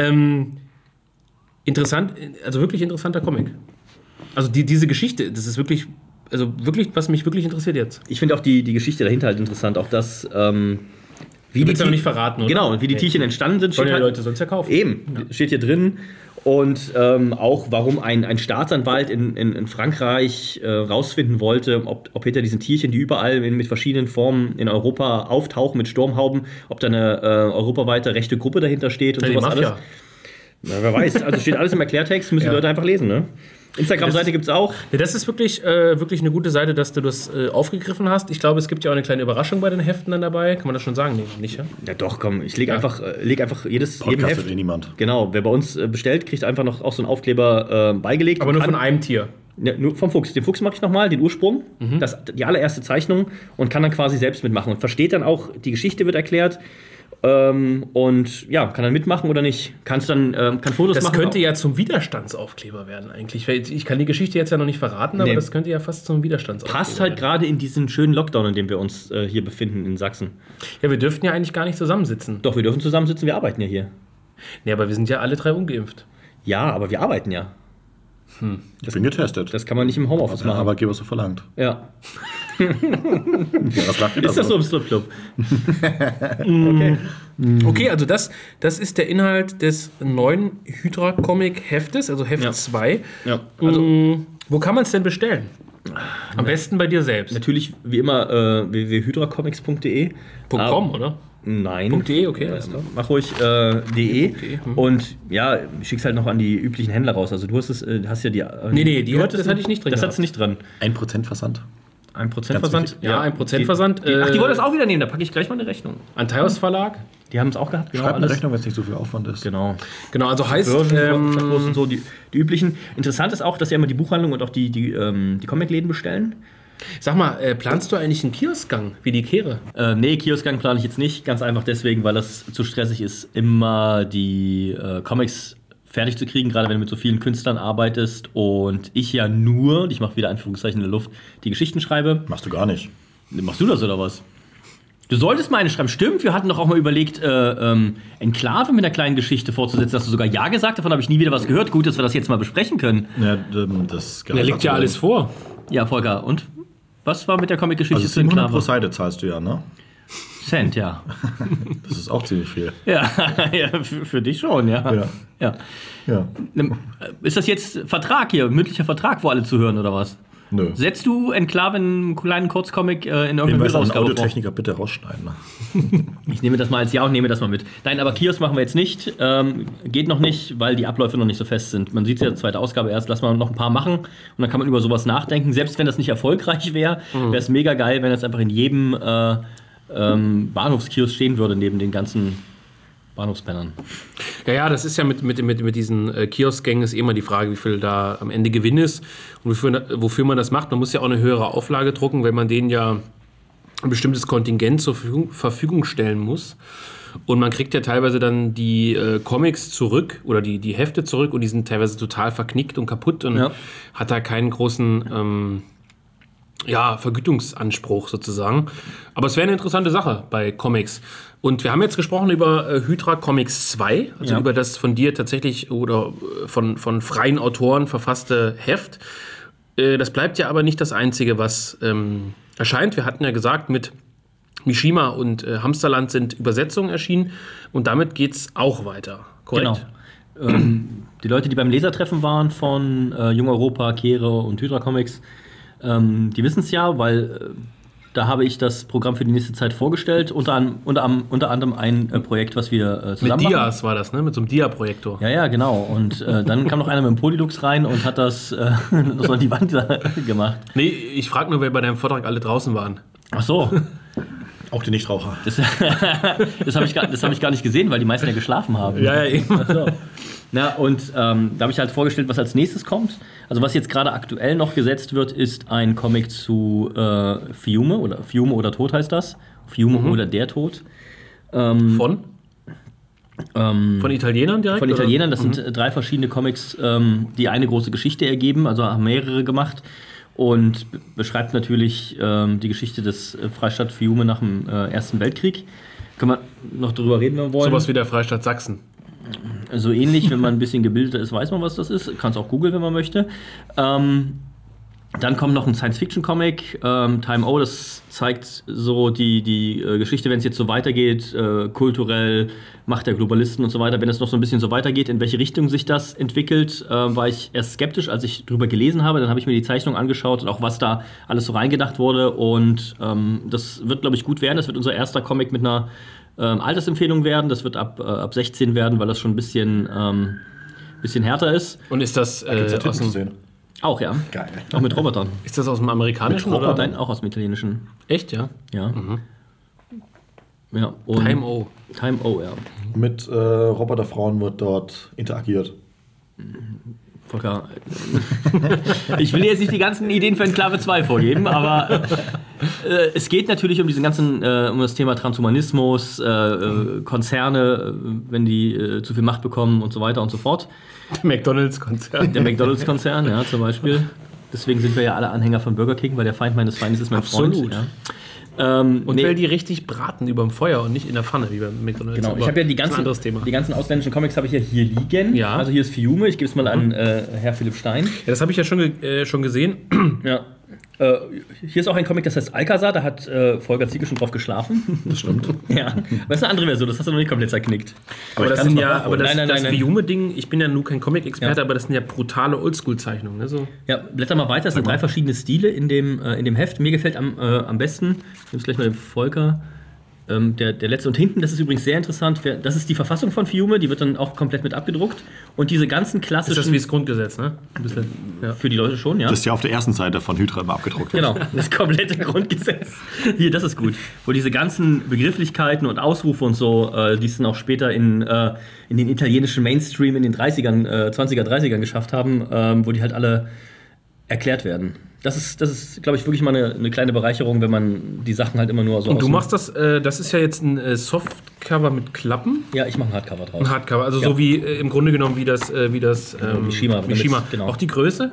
Interessant, also wirklich interessanter Comic. Also diese Geschichte, das ist wirklich, also wirklich, was mich wirklich interessiert jetzt. Ich finde auch die Geschichte dahinter halt interessant. Auch das, wie Du willst ja noch nicht verraten, oder? Genau, wie die Tierchen entstanden sind. Sollen ja halt, Leute sonst ja kaufen. Eben, steht hier drin. Und auch, warum ein Staatsanwalt in Frankreich rausfinden wollte, ob hinter diesen Tierchen, die überall mit verschiedenen Formen in Europa auftauchen, mit Sturmhauben, ob da eine europaweite rechte Gruppe dahinter steht und Ja, die sowas Mafia. alles. Na, wer weiß, also steht alles im Erklärtext, müssen die Leute einfach lesen, ne? Instagram-Seite gibt es auch. Ja, das ist wirklich eine gute Seite, dass du das aufgegriffen hast. Ich glaube, es gibt ja auch eine kleine Überraschung bei den Heften dann dabei. Kann man das schon sagen? Nee, nicht, ja? Ja doch, komm, ich lege einfach jedem Podcast Heft. wird niemand. Genau, wer bei uns bestellt, kriegt einfach noch auch so einen Aufkleber beigelegt. Aber nur von einem Tier. Ja, nur vom Fuchs. Den Fuchs mache ich nochmal, den Ursprung, die allererste Zeichnung und kann dann quasi selbst mitmachen und versteht dann auch, die Geschichte wird erklärt. Und ja, kann dann mitmachen oder nicht. Kann Fotos Das machen. könnte ja zum Widerstandsaufkleber werden eigentlich. Ich kann die Geschichte jetzt ja noch nicht verraten, aber Nee. das könnte ja fast zum Widerstandsaufkleber Passt halt werden. gerade in diesen schönen Lockdown, in dem wir uns hier befinden in Sachsen. Ja, wir dürften ja eigentlich gar nicht zusammensitzen. Doch, wir dürfen zusammensitzen, wir arbeiten ja hier. Nee, aber wir sind ja alle 3 ungeimpft. Ja, aber wir arbeiten ja. Ich bin getestet. Das kann man nicht im Homeoffice der machen. Arbeitgeber so verlangt. Ja. Ja, was lacht ihr da Ist das so im Stripclub? Okay, also das ist der Inhalt des neuen Hydra-Comic-Heftes, also Heft Ja. 2. Ja. Also Wo kann man es denn bestellen? Am besten bei dir selbst. natürlich wie immer www.hydracomics.de. .com, oder? Nein. .de, okay, alles klar. Mach ruhig de. Mhm. Und ja, schick's halt noch an die üblichen Händler raus. Also du hast ja die. Nee, du hattest das hatte ich nicht drin Das gehabt. hattest du nicht dran. 1% Versand. 1% Versand? wichtig. Ja, 1% Versand. Ach, die wollen das auch wieder nehmen. Da packe ich gleich mal eine Rechnung. Antaios Verlag. Die haben es auch gehabt. Genau, Schreibt eine Rechnung, wenn es nicht so viel Aufwand ist. Genau. Genau, also heißt, Börsen, und so, die üblichen. Interessant ist auch, dass sie immer die Buchhandlung und auch die Comicläden bestellen. sag mal, planst du eigentlich einen Kioskgang wie die Kehre? Nee, Kioskgang plane ich jetzt nicht. Ganz einfach deswegen, weil das zu stressig ist, immer die Comics fertig zu kriegen, gerade wenn du mit so vielen Künstlern arbeitest und ich ja nur, ich mache wieder Anführungszeichen in der Luft, die Geschichten schreibe. Machst du gar nicht. Machst du das oder was? Du solltest mal eine schreiben. Stimmt, wir hatten doch auch mal überlegt, Enklave mit einer kleinen Geschichte fortzusetzen. Hast du sogar Ja gesagt? Davon habe ich nie wieder was gehört. Gut, dass wir das jetzt mal besprechen können. Ja, das Da liegt ja alles vor. Ja, Volker, und? Was war mit der Comicgeschichte Also zu 700 pro Enklave? Seite zahlst du ja, ne? Cent, ja. Das ist auch ziemlich viel. Ja, ja für dich schon, ja. Ja. Ja. Ja. Ist das jetzt Vertrag hier, mündlicher Vertrag, wo alle zuhören oder was? Nö. Setzt du Enklave in einem kleinen Kurzcomic in Den irgendeine weiß ein Ausgabe vor? Audiotechniker bitte rausschneiden. Ich nehme das mal als Ja und nehme das mal mit. Nein, aber Kiosk machen wir jetzt nicht. Geht noch nicht, weil die Abläufe noch nicht so fest sind. Man sieht es ja, zweite Ausgabe erst. Lass mal noch ein paar machen und dann kann man über sowas nachdenken. Selbst wenn das nicht erfolgreich wäre, wäre es mega geil, wenn das einfach in jedem Bahnhofskiosk stehen würde, neben den ganzen Bahnhofsbannern. Ja, das ist ja mit diesen Kioskgängen ist immer die Frage, wie viel da am Ende Gewinn ist und wofür man das macht. Man muss ja auch eine höhere Auflage drucken, wenn man denen ja ein bestimmtes Kontingent zur Verfügung stellen muss. Und man kriegt ja teilweise dann die Comics zurück oder die Hefte zurück und die sind teilweise total verknickt und kaputt und hat da keinen großen Vergütungsanspruch sozusagen. Aber es wäre eine interessante Sache bei Comics. Und wir haben jetzt gesprochen über Hydra Comics 2, also über das von dir tatsächlich oder von freien Autoren verfasste Heft. Das bleibt ja aber nicht das Einzige, was erscheint. Wir hatten ja gesagt, mit Mishima und Hamsterland sind Übersetzungen erschienen und damit geht es auch weiter. Korrekt? Genau. Die Leute, die beim Lesertreffen waren von Jung Europa, Kere und Hydra Comics, die wissen es ja, weil da habe ich das Programm für die nächste Zeit vorgestellt. Unter anderem ein Projekt, was wir zusammen mit Dias war das, ne? Mit so einem Dia-Projektor. Ja, genau. Und dann kam noch einer mit dem Polylux rein und hat das so an die Wand gemacht. Nee, ich frage nur, wer bei deinem Vortrag alle draußen waren. Ach so. Auch die Nichtraucher. Das habe ich gar nicht gesehen, weil die meisten ja geschlafen haben. Ja, eben. So. Na, und da habe ich halt vorgestellt, was als nächstes kommt. Also was jetzt gerade aktuell noch gesetzt wird, ist ein Comic zu Fiume oder Tod heißt das. Fiume oder der Tod. Von Italienern direkt? Von Italienern, das sind 3 verschiedene Comics, die eine große Geschichte ergeben, also haben mehrere gemacht. Und beschreibt natürlich die Geschichte des Freistaat Fiume nach dem Ersten Weltkrieg. Können wir noch drüber reden, wenn wir wollen. Sowas wie der Freistaat Sachsen. So ähnlich, wenn man ein bisschen gebildeter ist, weiß man, was das ist. Kann es auch googeln, wenn man möchte. Dann kommt noch ein Science-Fiction-Comic, Time O, das zeigt so die Geschichte, wenn es jetzt so weitergeht, kulturell, Macht der Globalisten und so weiter, wenn es noch so ein bisschen so weitergeht, in welche Richtung sich das entwickelt, war ich erst skeptisch, als ich drüber gelesen habe. Dann habe ich mir die Zeichnung angeschaut und auch, was da alles so reingedacht wurde. Und das wird, glaube ich, gut werden. Das wird unser erster Comic mit einer Altersempfehlung werden. Das wird ab 16 werden, weil das schon ein bisschen härter ist. Und ist das aus dem sehen? Auch, ja. Geil. Auch mit Robotern. Ist das aus dem Amerikanischen? Mit Robotern, oder? Auch aus dem Italienischen. Echt, ja? Ja. Mhm. Ja, Time O. Time O, ja. Mit Roboterfrauen wird dort interagiert. Volker, ich will jetzt nicht die ganzen Ideen für Enklave 2 vorgeben, aber es geht natürlich um diesen ganzen, um das Thema Transhumanismus, Konzerne, wenn die zu viel Macht bekommen und so weiter und so fort. Der McDonalds-Konzern. Der McDonalds-Konzern, ja, zum Beispiel. Deswegen sind wir ja alle Anhänger von Burger King, weil der Feind meines Feindes ist mein Freund. Ja. Und weil die richtig braten überm Feuer und nicht in der Pfanne, wie beim McDonalds. Genau, ich habe ja die ganzen ausländischen Comics habe ich ja hier liegen. Ja. Also hier ist Fiume, ich gebe es mal an Herr Philipp Stein. Ja, das habe ich ja schon gesehen. Ja. Hier ist auch ein Comic, das heißt Alcazar, da hat Volker Ziegel schon drauf geschlafen. Das stimmt. Ja, aber das ist eine andere Version, das hast du noch nicht komplett zerknickt. Aber das sind ja, aber das nein. Fiume-Ding, ich bin ja nur kein Comic-Experte, aber das sind ja brutale Oldschool-Zeichnungen. Ne? So. Ja, blätter mal weiter, es sind 3 verschiedene Stile in dem Heft. Mir gefällt am besten, ich nehme es gleich mal den Volker, der letzte. Und hinten, das ist übrigens sehr interessant, das ist die Verfassung von Fiume, die wird dann auch komplett mit abgedruckt. Und diese ganzen klassischen... Ist das wie das Grundgesetz, ne? Ein bisschen, ja. Für die Leute schon, ja. Das ist ja auf der ersten Seite von Hydra immer abgedruckt wird. Genau, das komplette Grundgesetz. Hier, das ist gut. Wo diese ganzen Begrifflichkeiten und Ausrufe und so, die es dann auch später in den italienischen Mainstream in den 20er, 30ern geschafft haben, wo die halt alle erklärt werden. Das ist, glaube ich, wirklich mal eine kleine Bereicherung, wenn man die Sachen halt immer nur so... Und du machst das ist ja jetzt ein Softcover mit Klappen? Ja, ich mache ein Hardcover draus. Ein Hardcover, also ja. So wie im Grunde genommen wie das Mishima. Genau. Auch die Größe?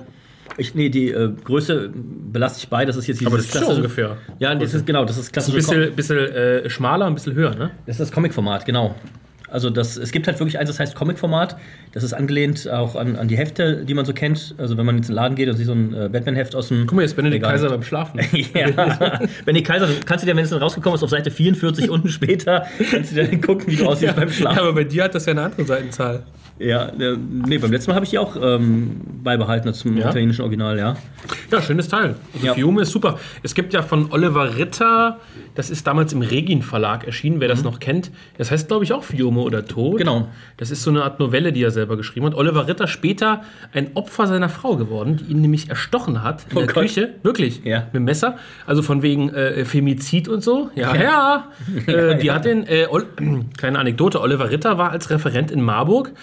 Die Größe belasse ich bei, das ist jetzt dieses aber das ist schon ungefähr. Ja, das ist klassisch. Das ist ein bisschen schmaler, ein bisschen höher, ne? Das ist das Comic-Format, genau. Also es gibt halt wirklich eins, das heißt Comic-Format. Das ist angelehnt auch an die Hefte, die man so kennt. Also wenn man jetzt in den Laden geht und sieht so ein Batman-Heft aus dem... Guck mal, jetzt Benedikt Kaiser beim Schlafen. Ja. Benedikt Kaiser, kannst du dir, wenn es dann rausgekommen ist, auf Seite 44 unten später, kannst du dir dann gucken, wie du aussiehst beim Schlafen. Ja, aber bei dir hat das ja eine andere Seitenzahl. Ja, beim letzten Mal habe ich die auch beibehalten zum italienischen Original, ja. Ja, schönes Teil. Also Fiume ist super. Es gibt ja von Oliver Ritter, das ist damals im Regin Verlag erschienen, wer das noch kennt. Das heißt, glaube ich, auch Fiume oder Tod. Genau. Das ist so eine Art Novelle, die er selber geschrieben hat. Oliver Ritter später ein Opfer seiner Frau geworden, die ihn nämlich erstochen hat in der Küche. Wirklich. Ja. Mit dem Messer. Also von wegen Femizid und so. Ja. Die hat den, kleine Anekdote, Oliver Ritter war als Referent in Marburg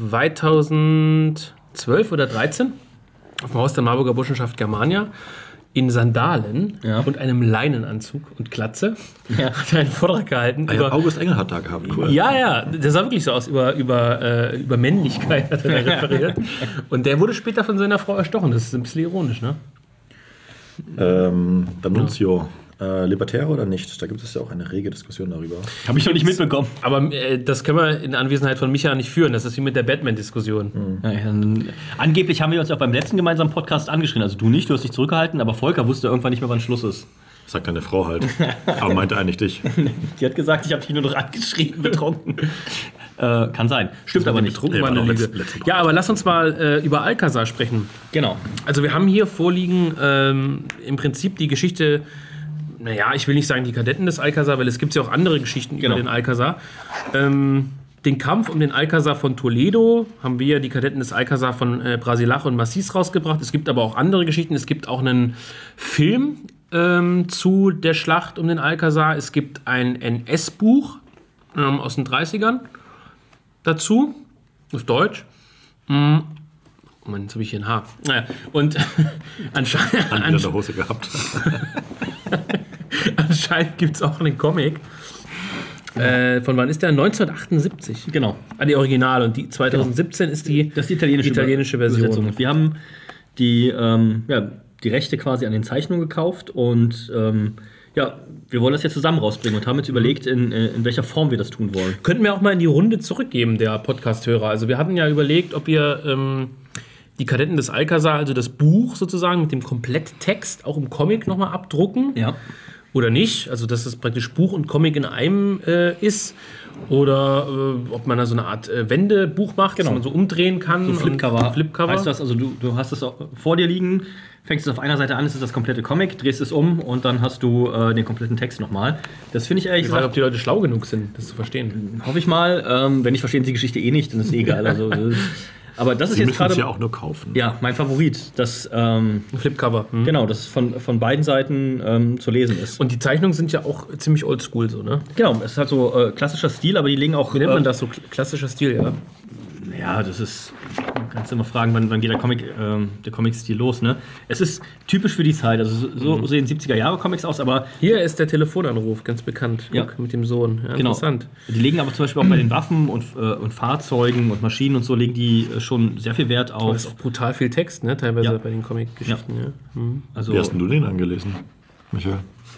2012 oder 13 auf dem Haus der Marburger Burschenschaft Germania in Sandalen und einem Leinenanzug und Glatze. Ja. Hat einen Vortrag gehalten. August Engelhardt da gehabt, cool. Ja, der sah wirklich so aus, über Männlichkeit hat er da referiert. Und der wurde später von seiner Frau erstochen. Das ist ein bisschen ironisch, ne? D'Annunzio. Libertäre oder nicht? Da gibt es ja auch eine rege Diskussion darüber. Habe ich noch nicht mitbekommen. Aber das können wir in Anwesenheit von Micha nicht führen. Das ist wie mit der Batman-Diskussion. Ja, angeblich haben wir uns auch beim letzten gemeinsamen Podcast angeschrien. Also du nicht, du hast dich zurückgehalten, aber Volker wusste irgendwann nicht mehr, wann Schluss ist. Sagt deine Frau halt. Aber meinte eigentlich dich. Die hat gesagt, ich habe dich nur noch angeschrien, betrunken. Kann sein. Stimmt aber nicht. Betrunken, meine Liebe. Ja, aber lass uns mal über Alcazar sprechen. Genau. Also wir haben hier vorliegen im Prinzip die Geschichte. Naja, ich will nicht sagen die Kadetten des Alcazar, weil es gibt ja auch andere Geschichten über den Alcazar. Den Kampf um den Alcazar von Toledo haben wir die Kadetten des Alcazar von Brasilac und Massis rausgebracht. Es gibt aber auch andere Geschichten. Es gibt auch einen Film zu der Schlacht um den Alcazar. Es gibt ein NS-Buch aus den 30ern dazu, auf Deutsch. Moment, jetzt habe ich hier ein Haar. Naja, und anscheinend in der Hose gehabt. Anscheinend gibt es auch einen Comic. Von wann ist der? 1978. Genau. Die Original. Und die 2017 ist die italienische Version. Wir haben die Rechte quasi an den Zeichnungen gekauft und wir wollen das jetzt zusammen rausbringen und haben jetzt überlegt, in welcher Form wir das tun wollen. Könnten wir auch mal in die Runde zurückgeben, der Podcast-Hörer. Also wir hatten ja überlegt, ob wir die Kadetten des Alcazar, also das Buch sozusagen mit dem Kompletttext, auch im Comic nochmal abdrucken. Ja. Oder nicht, also dass das praktisch Buch und Comic in einem ist. Oder ob man da so eine Art Wendebuch macht, das man so umdrehen kann. So Flipcover. Flipcover. Heißt das, also du hast es vor dir liegen, fängst es auf einer Seite an, es ist das komplette Comic, drehst es um und dann hast du den kompletten Text nochmal. Das finde ich ehrlich gesagt... Ich weiß, ob die Leute schlau genug sind, das zu verstehen. Hoffe ich mal. Wenn nicht, verstehen sie die Geschichte eh nicht, dann ist es egal. Also, aber das ist Sie jetzt gerade... Sie ja auch nur kaufen. Ja, mein Favorit. Das Flipcover. Genau, das von beiden Seiten zu lesen ist. Und die Zeichnungen sind ja auch ziemlich oldschool, so, ne? Genau, es ist halt so klassischer Stil, aber die legen auch... Wie nennt man das, so klassischer Stil, ja? Ja, das ist... Kannst du immer fragen, wann geht der Comic-Stil los, ne? Es ist typisch für die Zeit. Also so sehen 70er-Jahre-Comics aus, aber... Hier ist der Telefonanruf, ganz bekannt. Ja. Mit dem Sohn. Ja, genau. Interessant. Die legen aber zum Beispiel auch bei den Waffen und Fahrzeugen und Maschinen und so legen die schon sehr viel Wert auf... Da ist auch brutal viel Text, ne? Teilweise bei den Comic-Geschichten. Ja. Ja. Also, wie hast denn du den angelesen, Michael?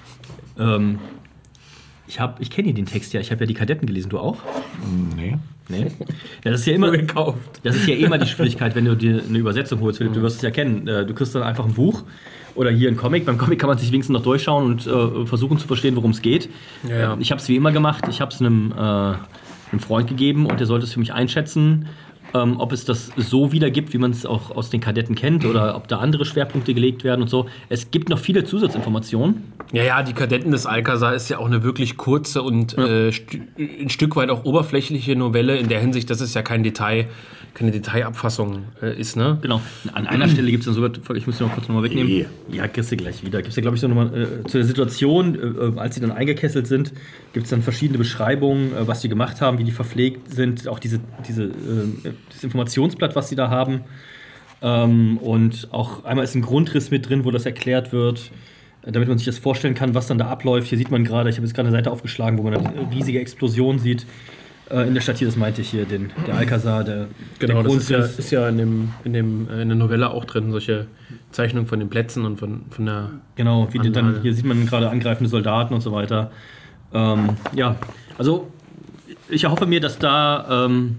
Ich kenne den Text ja. Ich habe ja die Kadetten gelesen. Du auch? Nee. Das ist ja immer gekauft. Das ist ja immer die Schwierigkeit, wenn du dir eine Übersetzung holst, Philipp. Du wirst es ja kennen. Du kriegst dann einfach ein Buch oder hier ein Comic. Beim Comic kann man sich wenigstens noch durchschauen und versuchen zu verstehen, worum es geht. Ja. Ich habe es wie immer gemacht. Ich habe es einem Freund gegeben und der sollte es für mich einschätzen, ob es das so wiedergibt, wie man es auch aus den Kadetten kennt oder ob da andere Schwerpunkte gelegt werden und so. Es gibt noch viele Zusatzinformationen. Ja, die Kadetten des Alcazar ist ja auch eine wirklich kurze und ein Stück weit auch oberflächliche Novelle in der Hinsicht, dass es ja keine Detailabfassung ist, ne? Genau. An einer Stelle gibt es dann sogar, ich muss die noch kurz nochmal wegnehmen. Ja, kriegst du gleich wieder. Gibt es ja, glaube ich, so nochmal zu der Situation, als sie dann eingekesselt sind, gibt es dann verschiedene Beschreibungen, was die gemacht haben, wie die verpflegt sind, auch dieses Informationsblatt, was sie da haben. Und auch einmal ist ein Grundriss mit drin, wo das erklärt wird, damit man sich das vorstellen kann, was dann da abläuft. Hier sieht man gerade, ich habe jetzt gerade eine Seite aufgeschlagen, wo man eine riesige Explosion sieht. In der Stadt hier, das meinte ich hier, der Alcazar, genau, der Grundriss. Das ist ja in der Novelle auch drin, solche Zeichnungen von den Plätzen und von der... Genau, hier sieht man gerade angreifende Soldaten und so weiter. Also ich erhoffe mir, dass dadurch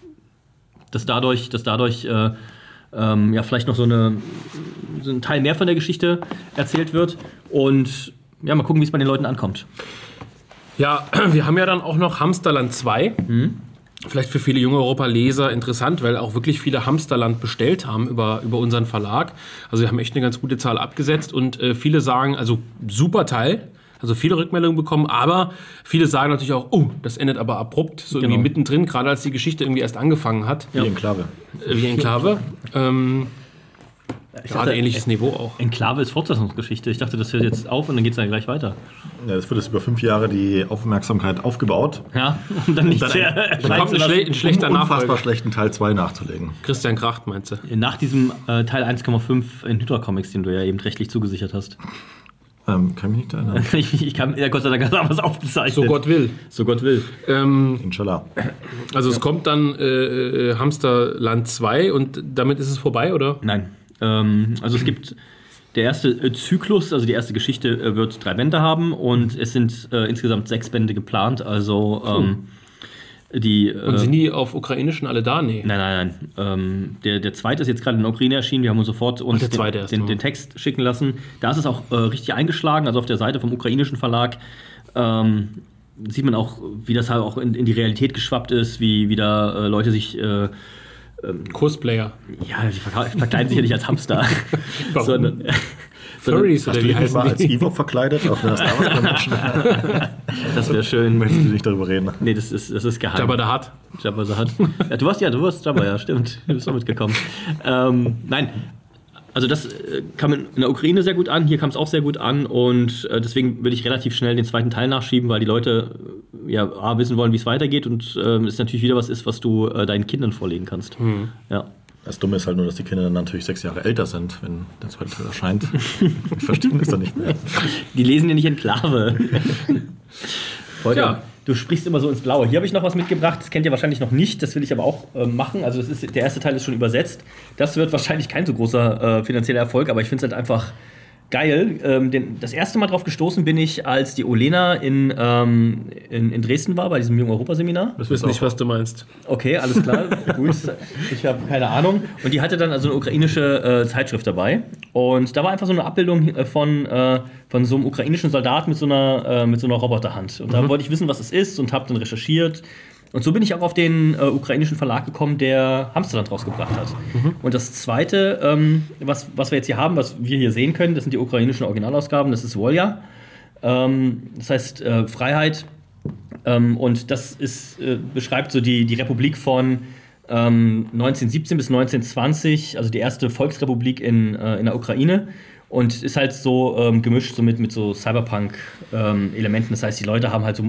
vielleicht noch so ein Teil mehr von der Geschichte erzählt wird und mal gucken, wie es bei den Leuten ankommt. Ja, wir haben ja dann auch noch Hamsterland 2. Vielleicht für viele junge Europa-Leser interessant, weil auch wirklich viele Hamsterland bestellt haben über unseren Verlag. Also wir haben echt eine ganz gute Zahl abgesetzt und viele sagen, also super Teil. Also viele Rückmeldungen bekommen, aber viele sagen natürlich auch, das endet aber abrupt, so irgendwie mittendrin, gerade als die Geschichte irgendwie erst angefangen hat. Wie Enklave. Gerade ähnliches Niveau auch. Enklave ist Fortsetzungsgeschichte. Ich dachte, das hört jetzt auf und dann geht es dann gleich weiter. Ja, das wird jetzt über 5 Jahre die Aufmerksamkeit aufgebaut. Ja, und dann nicht sehr kommt ein schlechter unfassbar schlechten Teil 2 nachzulegen. Christian Kracht, meinst du? Nach diesem Teil 1,5 in Hydra Comics, den du ja eben rechtlich zugesichert hast. Kann mich nicht erinnern. Ich kann, ja, Gott sei Dank, was aufgezeichnet. So Gott will. So Gott will. Inshallah. Also es kommt dann Hamsterland 2 und damit ist es vorbei, oder? Nein. Also es gibt der erste Zyklus, also die erste Geschichte wird 3 Bände haben und es sind insgesamt 6 Bände geplant. Also und sind die auf Ukrainischen alle da? Nee. Nein. Der zweite ist jetzt gerade in der Ukraine erschienen. Wir haben uns sofort den Text schicken lassen. Da ist es auch richtig eingeschlagen. Also auf der Seite vom ukrainischen Verlag sieht man auch, wie das halt auch in die Realität geschwappt ist, wie da Leute sich Cosplayer. Ja, die verkleiden sich ja nicht als Hamster. Warum? Furries oder wie heißen die? Als Ewok verkleidet auf der Star Wars Convention. Das wäre schön. Möchtest du nicht darüber reden? Nee, das ist geheim. Jabba the Hutt. Jabba the Hutt. Ja, du warst Jabba, ja, stimmt. Du bist auch mitgekommen. Nein, also das kam in der Ukraine sehr gut an, hier kam es auch sehr gut an und deswegen will ich relativ schnell den zweiten Teil nachschieben, weil die Leute wissen wollen, wie es weitergeht und es natürlich wieder was ist, was du deinen Kindern vorlegen kannst. Mhm. Ja. Das Dumme ist halt nur, dass die Kinder dann natürlich 6 Jahre älter sind, wenn der zweite Teil erscheint. Die verstehen das dann nicht mehr. Die lesen ja nicht Enklave. Ja. Du sprichst immer so ins Blaue. Hier habe ich noch was mitgebracht, das kennt ihr wahrscheinlich noch nicht, das will ich aber auch machen. Also der erste Teil ist schon übersetzt. Das wird wahrscheinlich kein so großer finanzieller Erfolg, aber ich finde es halt einfach geil. Das erste Mal drauf gestoßen bin ich, als die Olena in Dresden war, bei diesem Jung Europa-Seminar. Ich weiß nicht, was du meinst. Okay, alles klar. Gut, ich habe keine Ahnung. Und die hatte dann also eine ukrainische Zeitschrift dabei. Und da war einfach so eine Abbildung von so einem ukrainischen Soldat mit so einer Roboterhand. Und da wollte ich wissen, was es ist und habe dann recherchiert. Und so bin ich auch auf den ukrainischen Verlag gekommen, der Hamsterland rausgebracht hat. Und das Zweite, was wir jetzt hier haben, was wir hier sehen können, das sind die ukrainischen Originalausgaben, das ist Volja. Das heißt Freiheit. Und das beschreibt so die Republik von 1917 bis 1920, also die erste Volksrepublik in der Ukraine. Und ist halt so gemischt so mit so Cyberpunk-Elementen. Das heißt, die Leute haben halt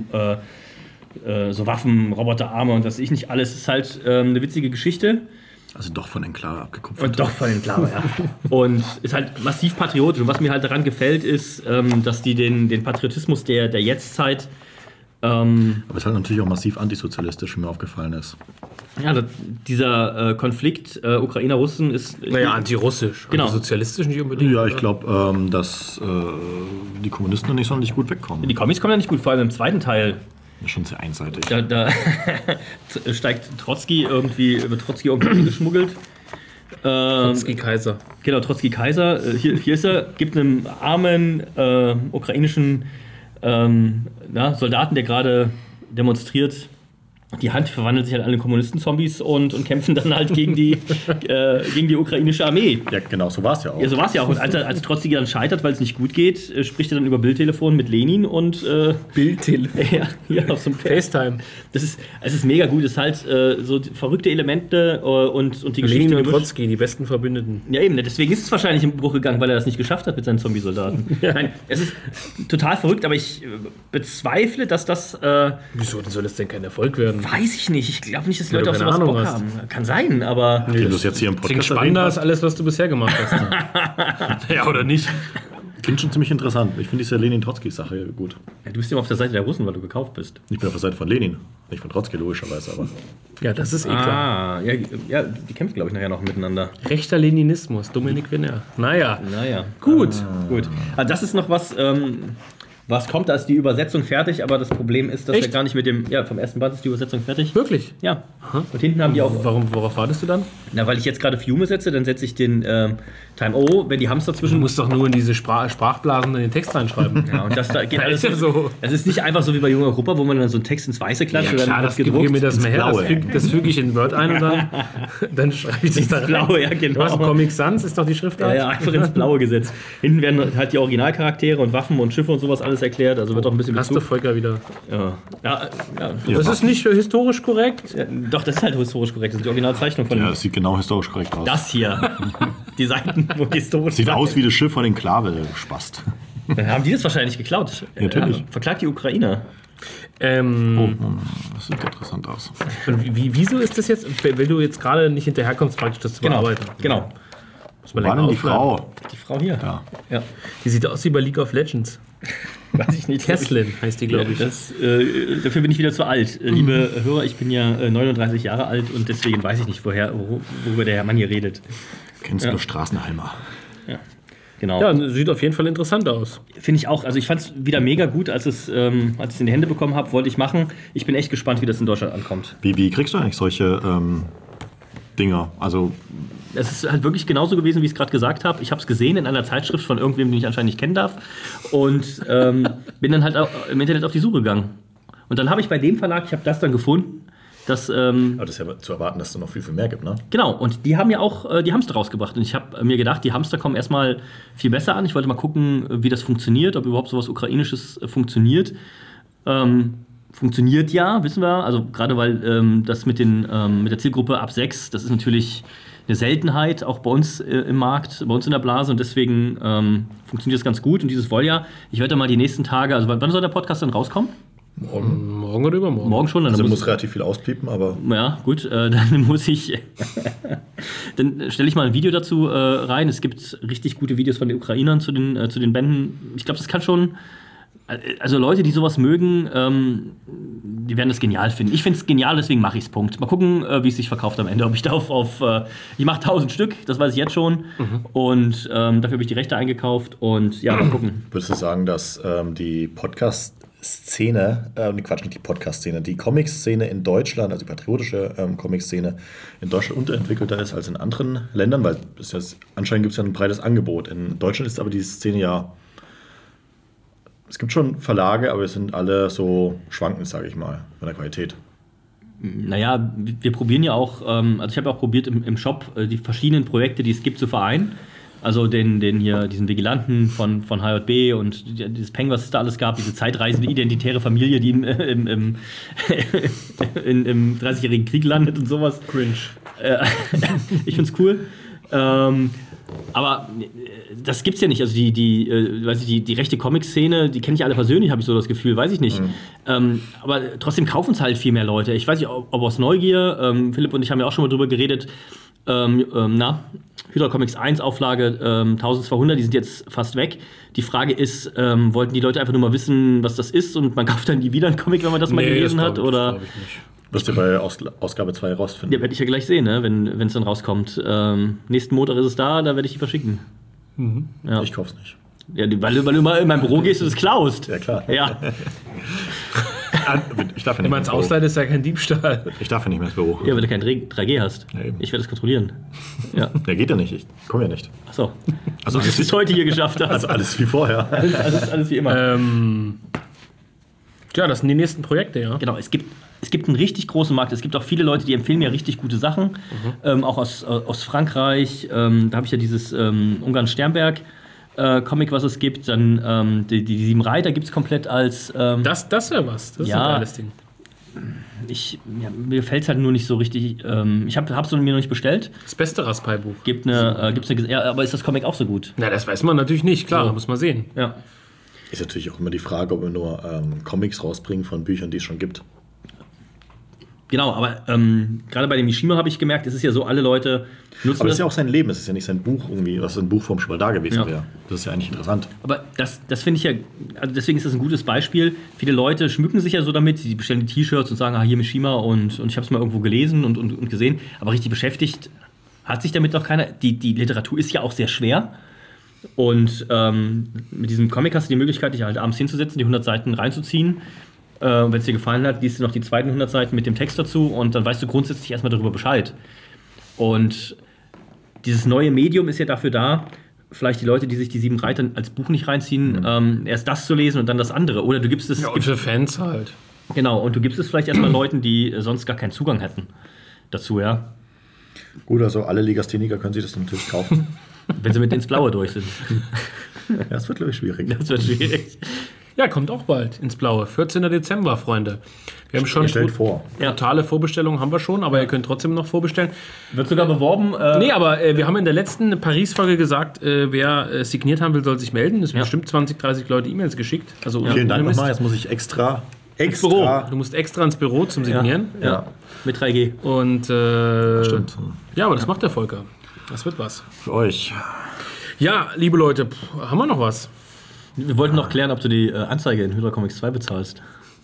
so Waffen, Roboterarme und was weiß ich nicht alles. Ist halt eine witzige Geschichte. Also doch von Enklave abgekupfert. Und doch von Enklave, ja. Und ist halt massiv patriotisch. Und was mir halt daran gefällt, ist, dass die den Patriotismus der Jetztzeit. Aber es ist halt natürlich auch massiv antisozialistisch, wie mir aufgefallen ist. Ja, dieser Konflikt Ukrainer-Russen ist. Naja, antirussisch. Genau. Antisozialistisch nicht unbedingt. Ja, ich glaube, dass die Kommunisten noch nicht sonderlich gut wegkommen. Die Comics kommen ja nicht gut, vor allem im zweiten Teil. Das ist schon sehr einseitig. Da wird Trotzki irgendwie geschmuggelt. Trotzki-Kaiser. Genau, Trotzki-Kaiser. Hier ist er, gibt einem armen ukrainischen Soldaten, der gerade demonstriert, die Hand, verwandelt sich halt alle in Kommunisten-Zombies und kämpfen dann halt gegen die ukrainische Armee. Ja, genau, so war es ja auch. Ja, so war es ja auch. Und als Trotzki dann scheitert, weil es nicht gut geht, spricht er dann über Bildtelefon mit Lenin und Bildtelefon? Ja, auf so einem FaceTime. Es ist mega gut. Es ist halt so verrückte Elemente und die Geschichte. Lenin und Trotzki, die besten Verbündeten. Ja, eben. Deswegen ist es wahrscheinlich im Bruch gegangen, weil er das nicht geschafft hat mit seinen Zombie-Soldaten. Ja. Nein, es ist total verrückt, aber ich bezweifle, dass das... Wieso soll das denn kein Erfolg werden? Weiß ich nicht. Ich glaube nicht, dass die Leute auf sowas Bock haben. Kann sein, aber... Wenn du es jetzt hier im Podcast klingt spannender als alles, was du bisher gemacht hast. Ja, oder nicht? Klingt schon ziemlich interessant. Ich finde diese Lenin-Trotzki-Sache gut. Ja, du bist ja auf der Seite der Russen, weil du gekauft bist. Ich bin auf der Seite von Lenin. Nicht von Trotzki, logischerweise, aber... Ja, das ist klar. Ja, die kämpfen, glaube ich, nachher noch miteinander. Rechter Leninismus, Dominik Winner. Naja. Gut. Also das ist noch was kommt, da ist die Übersetzung fertig, aber das Problem ist, dass wir gar nicht mit dem... Ja, vom ersten Band ist die Übersetzung fertig. Wirklich? Ja. Und hinten haben die auch... Worauf wartest du dann? Na, weil ich jetzt gerade Fiume setze, dann setze ich den Time-O, wenn die Hamster zwischen... Du musst doch nur in diese Sprachblasen in den Text reinschreiben. Ja, und das da geht alles ja so. Das ist nicht einfach so wie bei Jung Europa, wo man dann so einen Text ins Weiße klatscht. Ja, klar, das gebe mir das mal her. Das füge ich in Word ein und dann schreibe ich das da rein. Blaue, ja, genau. Du hast Comic Sans, ist doch die Schriftart. Ja, einfach ins Blaue gesetzt. Hinten werden halt die Originalcharaktere und Waffen und Schiffe und sowas alles erklärt, also wird auch ein bisschen Hast du Volker wieder? Ja. Das ist nicht historisch korrekt? Ja, doch, das ist halt historisch korrekt. Das ist die Originalzeichnung von... Ja, das sieht genau historisch korrekt aus. Das hier. Die Seiten, wo die historisch Sieht aus wie das Schiff von den Klave-Spast. Haben die das wahrscheinlich geklaut? Natürlich. Verklagt die Ukraine. Das sieht interessant aus. Und wieso ist das jetzt, wenn du jetzt gerade nicht hinterherkommst, praktisch das zu bearbeiten? Genau. Wo war denn die Frau? Die Frau hier. Ja. Die sieht aus wie bei League of Legends. Weiß ich nicht. Keslin heißt die, glaube ich. Dafür bin ich wieder zu alt. Liebe Hörer, ich bin ja 39 Jahre alt und deswegen weiß ich nicht, worüber der Mann hier redet. Kennst du nur Straßenheimer? Ja, genau. Ja, sieht auf jeden Fall interessant aus. Finde ich auch. Also ich fand es wieder mega gut, als ich es in die Hände bekommen habe, wollte ich machen. Ich bin echt gespannt, wie das in Deutschland ankommt. Wie kriegst du eigentlich solche Dinger? Also Es ist halt wirklich genauso gewesen, wie ich es gerade gesagt habe. Ich habe es gesehen in einer Zeitschrift von irgendwem, den ich anscheinend nicht kennen darf. Und bin dann halt auch im Internet auf die Suche gegangen. Und dann habe ich bei dem Verlag, ich habe das dann gefunden, dass... aber das ist ja zu erwarten, dass es noch viel, viel mehr gibt, ne? Genau, und die haben ja auch die Hamster rausgebracht. Und ich habe mir gedacht, die Hamster kommen erstmal viel besser an. Ich wollte mal gucken, wie das funktioniert, ob überhaupt sowas Ukrainisches funktioniert. Funktioniert ja, wissen wir. Also gerade weil das mit der Zielgruppe ab 6, das ist natürlich eine Seltenheit, auch bei uns im Markt, bei uns in der Blase. Und deswegen funktioniert das ganz gut. Und dieses Wolljahr, ich werde mal die nächsten Tage, also wann soll der Podcast dann rauskommen? Morgen oder übermorgen? Morgen schon. Dann Also muss relativ viel auspiepen, aber... Ja, gut, dann muss ich... dann stelle ich mal ein Video dazu rein. Es gibt richtig gute Videos von den Ukrainern zu den Bänden. Ich glaube, das kann schon... Also Leute, die sowas mögen, die werden das genial finden. Ich finde es genial, deswegen mache ich es, Punkt. Mal gucken, wie es sich verkauft am Ende. Ob ich da ich mache 1000 Stück, das weiß ich jetzt schon. Und dafür habe ich die Rechte eingekauft. Und ja, mal gucken. Würdest du sagen, dass die Podcast-Szene, nicht die Podcast-Szene, die Comic-Szene in Deutschland, also die patriotische Comic-Szene in Deutschland unterentwickelter ist als in anderen Ländern? Weil anscheinend gibt es ja ein breites Angebot. In Deutschland ist aber die Szene ja... Es gibt schon Verlage, aber es sind alle so schwankend, sage ich mal, von der Qualität. Naja, wir probieren ja auch, also ich habe auch probiert im Shop die verschiedenen Projekte, die es gibt, zu vereinen. Also diesen Vigilanten von HJB und dieses Peng, was es da alles gab, diese zeitreisende identitäre Familie, die im 30-jährigen Krieg landet und sowas. Cringe. Ich find's cool. Aber das gibt's ja nicht. Also die rechte Comic-Szene, die kenne ich alle persönlich, habe ich so das Gefühl, weiß ich nicht. Aber trotzdem kaufen es halt viel mehr Leute. Ich weiß nicht, ob aus Neugier, Philipp und ich haben ja auch schon mal drüber geredet, Hydra Comics 1 Auflage 1200, die sind jetzt fast weg. Die Frage ist, wollten die Leute einfach nur mal wissen, was das ist und man kauft dann nie wieder einen Comic, wenn man das mal gelesen hat? Oder? Das glaube ich nicht. Wirst du bei Ausgabe 2 rausfinden. Ja, werde ich ja gleich sehen, ne? Wenn es dann rauskommt. Nächsten Montag ist es da werde ich die verschicken. Ja. Ich kauf's nicht. Ja, weil du mal in mein Büro gehst und es klaust. Ja, klar. Ja. Ich darf ja nicht Wenn man es ausleiht, ist ja kein Diebstahl. Ich darf ja nicht mehr ins Büro. Ja, weil du kein 3G hast. Ja, eben. Ich werde das kontrollieren. Ja. Der geht ja nicht. Ich komme ja nicht. Achso. Also Was es heute hier geschafft hast. Also alles wie vorher. Alles wie immer. Ja, das sind die nächsten Projekte, ja. Genau, es gibt einen richtig großen Markt. Es gibt auch viele Leute, die empfehlen mir richtig gute Sachen. Auch aus Frankreich. Da habe ich ja dieses Ungarn-Sternberg Comic, was es gibt. Dann die 7 Reiter gibt es komplett als... Das wäre was. Das ist ein geiles Ding. Mir fällt es halt nur nicht so richtig... ich habe es mir noch nicht bestellt. Das beste Raspai-Buch. Aber ist das Comic auch so gut? Na, das weiß man natürlich nicht. Klar, muss man sehen. Ja. Ist natürlich auch immer die Frage, ob wir nur Comics rausbringen von Büchern, die es schon gibt. Genau, aber gerade bei dem Mishima habe ich gemerkt, es ist ja so, alle Leute nutzen Aber das ist ja auch sein Leben, es ist ja nicht sein Buch irgendwie, was in Buchform schon mal da gewesen wäre. Das ist ja eigentlich interessant. Aber das finde ich ja, also deswegen ist das ein gutes Beispiel. Viele Leute schmücken sich ja so damit, die bestellen die T-Shirts und sagen, hier Mishima und ich habe es mal irgendwo gelesen und gesehen, aber richtig beschäftigt hat sich damit noch keiner. Die Literatur ist ja auch sehr schwer. Und mit diesem Comic hast du die Möglichkeit, dich halt abends hinzusetzen, die 100 Seiten reinzuziehen. Wenn es dir gefallen hat, liest du noch die zweiten 100 Seiten mit dem Text dazu und dann weißt du grundsätzlich erstmal darüber Bescheid. Und dieses neue Medium ist ja dafür da, vielleicht die Leute, die sich die 7 Reiter als Buch nicht reinziehen, erst das zu lesen und dann das andere. Oder du gibst es... Ja, und für Fans halt. Genau, und du gibst es vielleicht erstmal Leuten, die sonst gar keinen Zugang hätten dazu, ja. Gut, also alle Legastheniker können sich das natürlich kaufen. Wenn sie mit ins Blaue durch sind. Ja, das wird, glaube ich, schwierig. Das wird schwierig. Ja, kommt auch bald ins Blaue. 14. Dezember, Freunde. Wir haben schon Ihr stellt vor. totale Vorbestellungen haben wir schon, aber ihr könnt trotzdem noch vorbestellen. Wird sogar beworben. Nee, aber wir haben in der letzten Paris-Folge gesagt, wer signiert haben will, soll sich melden. Es sind bestimmt 20, 30 Leute E-Mails geschickt. Also Vielen Dank nochmal. Jetzt muss ich extra. Du musst extra ins Büro zum Signieren. Ja. Mit 3G. Und Stimmt. ja, aber das macht der Volker. Das wird was. Für euch. Ja, liebe Leute, haben wir noch was? Wir wollten noch klären, ob du die Anzeige in Hydra Comics 2 bezahlst.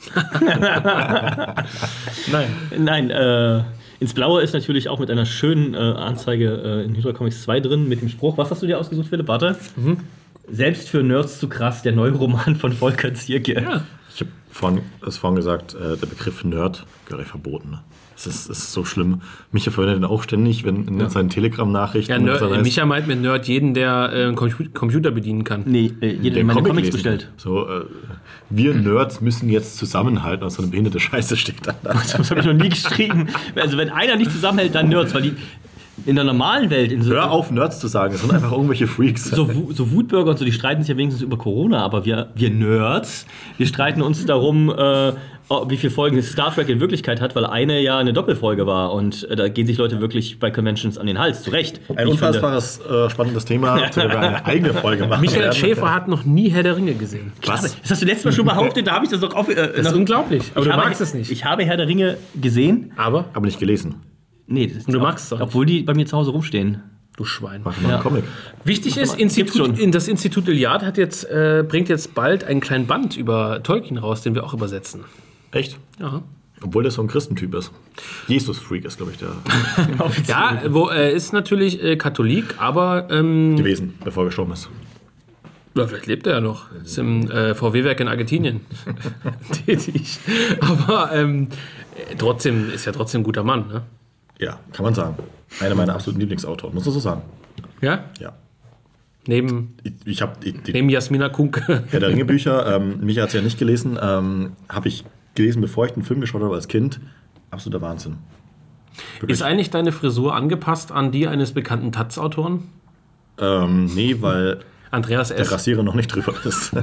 Nein, ins Blaue ist natürlich auch mit einer schönen Anzeige in Hydra Comics 2 drin, mit dem Spruch, was hast du dir ausgesucht, Philipp? Warte. Selbst für Nerds zu krass, der neue Roman von Volker Zierke. Ja. Ich habe vorhin gesagt, der Begriff Nerd gehört verboten. Ne? Es ist so schlimm. Micha verwendet den auch ständig, wenn in seinen Telegram-Nachrichten. Ja, Micha meint mit Nerd jeden, der einen Computer bedienen kann. Nee, jeder, der meine Comics bestellt. So, wir Nerds müssen jetzt zusammenhalten, und so eine behinderte Scheiße steht da. Das habe ich noch nie geschrieben. Also wenn einer nicht zusammenhält, dann Nerds, weil die in der normalen Welt... Hör auf, Nerds zu sagen, das sind einfach irgendwelche Freaks. So Wutbürger und so, die streiten sich ja wenigstens über Corona, aber wir Nerds, wir streiten uns darum, wie viele Folgen Star Trek in Wirklichkeit hat, weil eine ja eine Doppelfolge war und da gehen sich Leute wirklich bei Conventions an den Hals, zu Recht. Ein unfassbares, spannendes Thema, zu dem wir eine eigene Folge machen Michael werden. Schäfer hat noch nie Herr der Ringe gesehen. Was? Das hast du letztes Mal schon behauptet, da habe ich das doch auf... Das ist unglaublich, aber du magst es nicht. Ich habe Herr der Ringe gesehen. Aber Nee, das Und du magst es doch nicht. obwohl die bei mir zu Hause rumstehen. du Schwein. Machen wir einen Comic. Wichtig ist, das Institut Iliad bringt jetzt bald einen kleinen Band über Tolkien raus, den wir auch übersetzen. Echt? Ja. Obwohl der so ein Christentyp ist. Jesus-Freak ist, glaube ich, der Ja, er ist natürlich Katholik, aber gewesen, bevor er gestorben ist. ja, vielleicht lebt er ja noch. Ist im VW-Werk in Argentinien tätig. Aber trotzdem ist er trotzdem ein guter Mann, ne? Ja, kann man sagen. Einer meiner absoluten Lieblingsautoren, muss man so sagen. Ja? Ja. Neben Ich habe die Jasmina Kunke. Herr der Ringe Bücher, Micha hat es ja nicht gelesen, habe ich gelesen, bevor ich den Film geschaut habe als Kind. Absoluter Wahnsinn. Wirklich. Ist eigentlich deine Frisur angepasst an die eines bekannten Taz-Autoren? Nee, weil Andreas der S. Rasierer noch nicht drüber ist.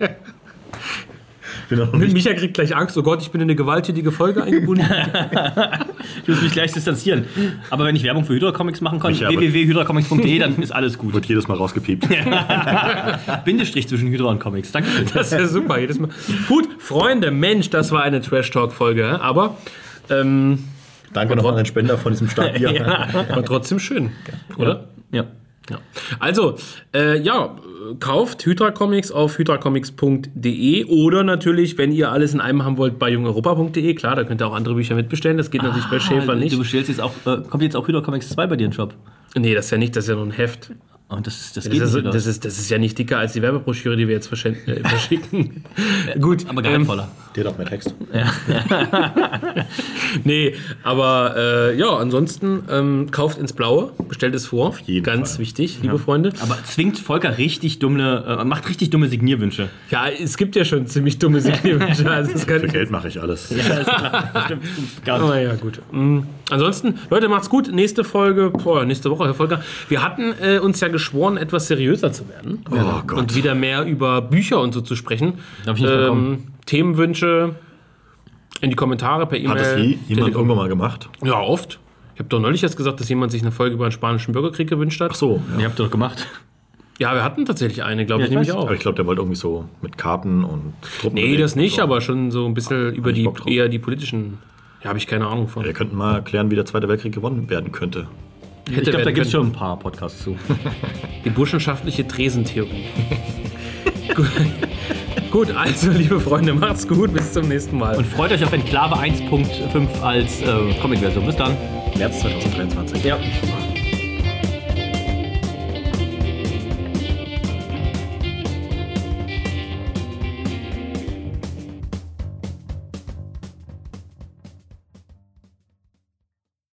Bin noch nicht. Micha kriegt gleich Angst. Oh Gott, ich bin in eine gewalttätige Folge eingebunden. Ich muss mich gleich distanzieren. Aber wenn ich Werbung für Hydra Comics machen kann, Micha, aber- www.hydracomics.de, dann ist alles gut. Wird jedes Mal rausgepiept. Bindestrich zwischen Hydra und Comics. Danke. Das ist ja super. Jedes Mal. Gut, Freunde, Mensch, das war eine Trash-Talk-Folge. Aber Danke noch an den Spender von diesem Startbier. war trotzdem schön, oder? Ja. Ja. Also, kauft Hydra Comics auf hydracomics.de oder natürlich, wenn ihr alles in einem haben wollt, bei jungeuropa.de. Klar, da könnt ihr auch andere Bücher mitbestellen. Das geht natürlich bei Schäfer nicht. Du bestellst jetzt auch, kommt jetzt auch Hydra Comics 2 bei dir in den Shop? Nee, das ist ja nicht, das ist ja nur ein Heft. Und das geht Das nicht, oder? ist ja nicht dicker als die Werbebroschüre, die wir jetzt verschicken. Gut, aber gehaltvoller. Der hat auch mehr Text. Nee, aber ansonsten kauft ins Blaue, bestellt es vor. Auf jeden Ganz Fall. wichtig, liebe Freunde. Aber zwingt Volker macht richtig dumme Signierwünsche. Ja, es gibt ja schon ziemlich dumme Signierwünsche. Also das kann Für Geld mache ich alles. Das stimmt gar nicht. Aber ja, gut. Ansonsten, Leute, macht's gut. Nächste Folge, nächste Woche, Herr Volker. Wir hatten uns ja geschworen, etwas seriöser zu werden. Oh Gott. Und wieder mehr über Bücher und so zu sprechen. Darf ich nicht bekommen. Themenwünsche in die Kommentare per E-Mail. Hat das jemand Telegram. irgendwann mal gemacht? Ja, oft. Ich habe doch neulich jetzt gesagt, dass jemand sich eine Folge über den Spanischen Bürgerkrieg gewünscht hat. Ach so. Ihr habt doch gemacht. Ja, wir hatten tatsächlich eine, glaube Ja, ich, ich nämlich weiß. auch. Aber ich glaube, der wollte irgendwie so mit Karten und Truppen. Nee, bewegen das nicht, und so. aber schon so ein bisschen über ich Bock drauf. eher die politischen. Ja, habe ich keine Ahnung von. Wir könnten mal erklären, wie der Zweite Weltkrieg gewonnen werden könnte. Ich glaube, da werden gibt es können. schon ein paar Podcasts zu. Die burschenschaftliche Tresentheorie. Gut, also, liebe Freunde, macht's gut. Bis zum nächsten Mal. Und freut euch auf Enklave 1.5 als Comic-Version. Bis dann. März 2023. Ja.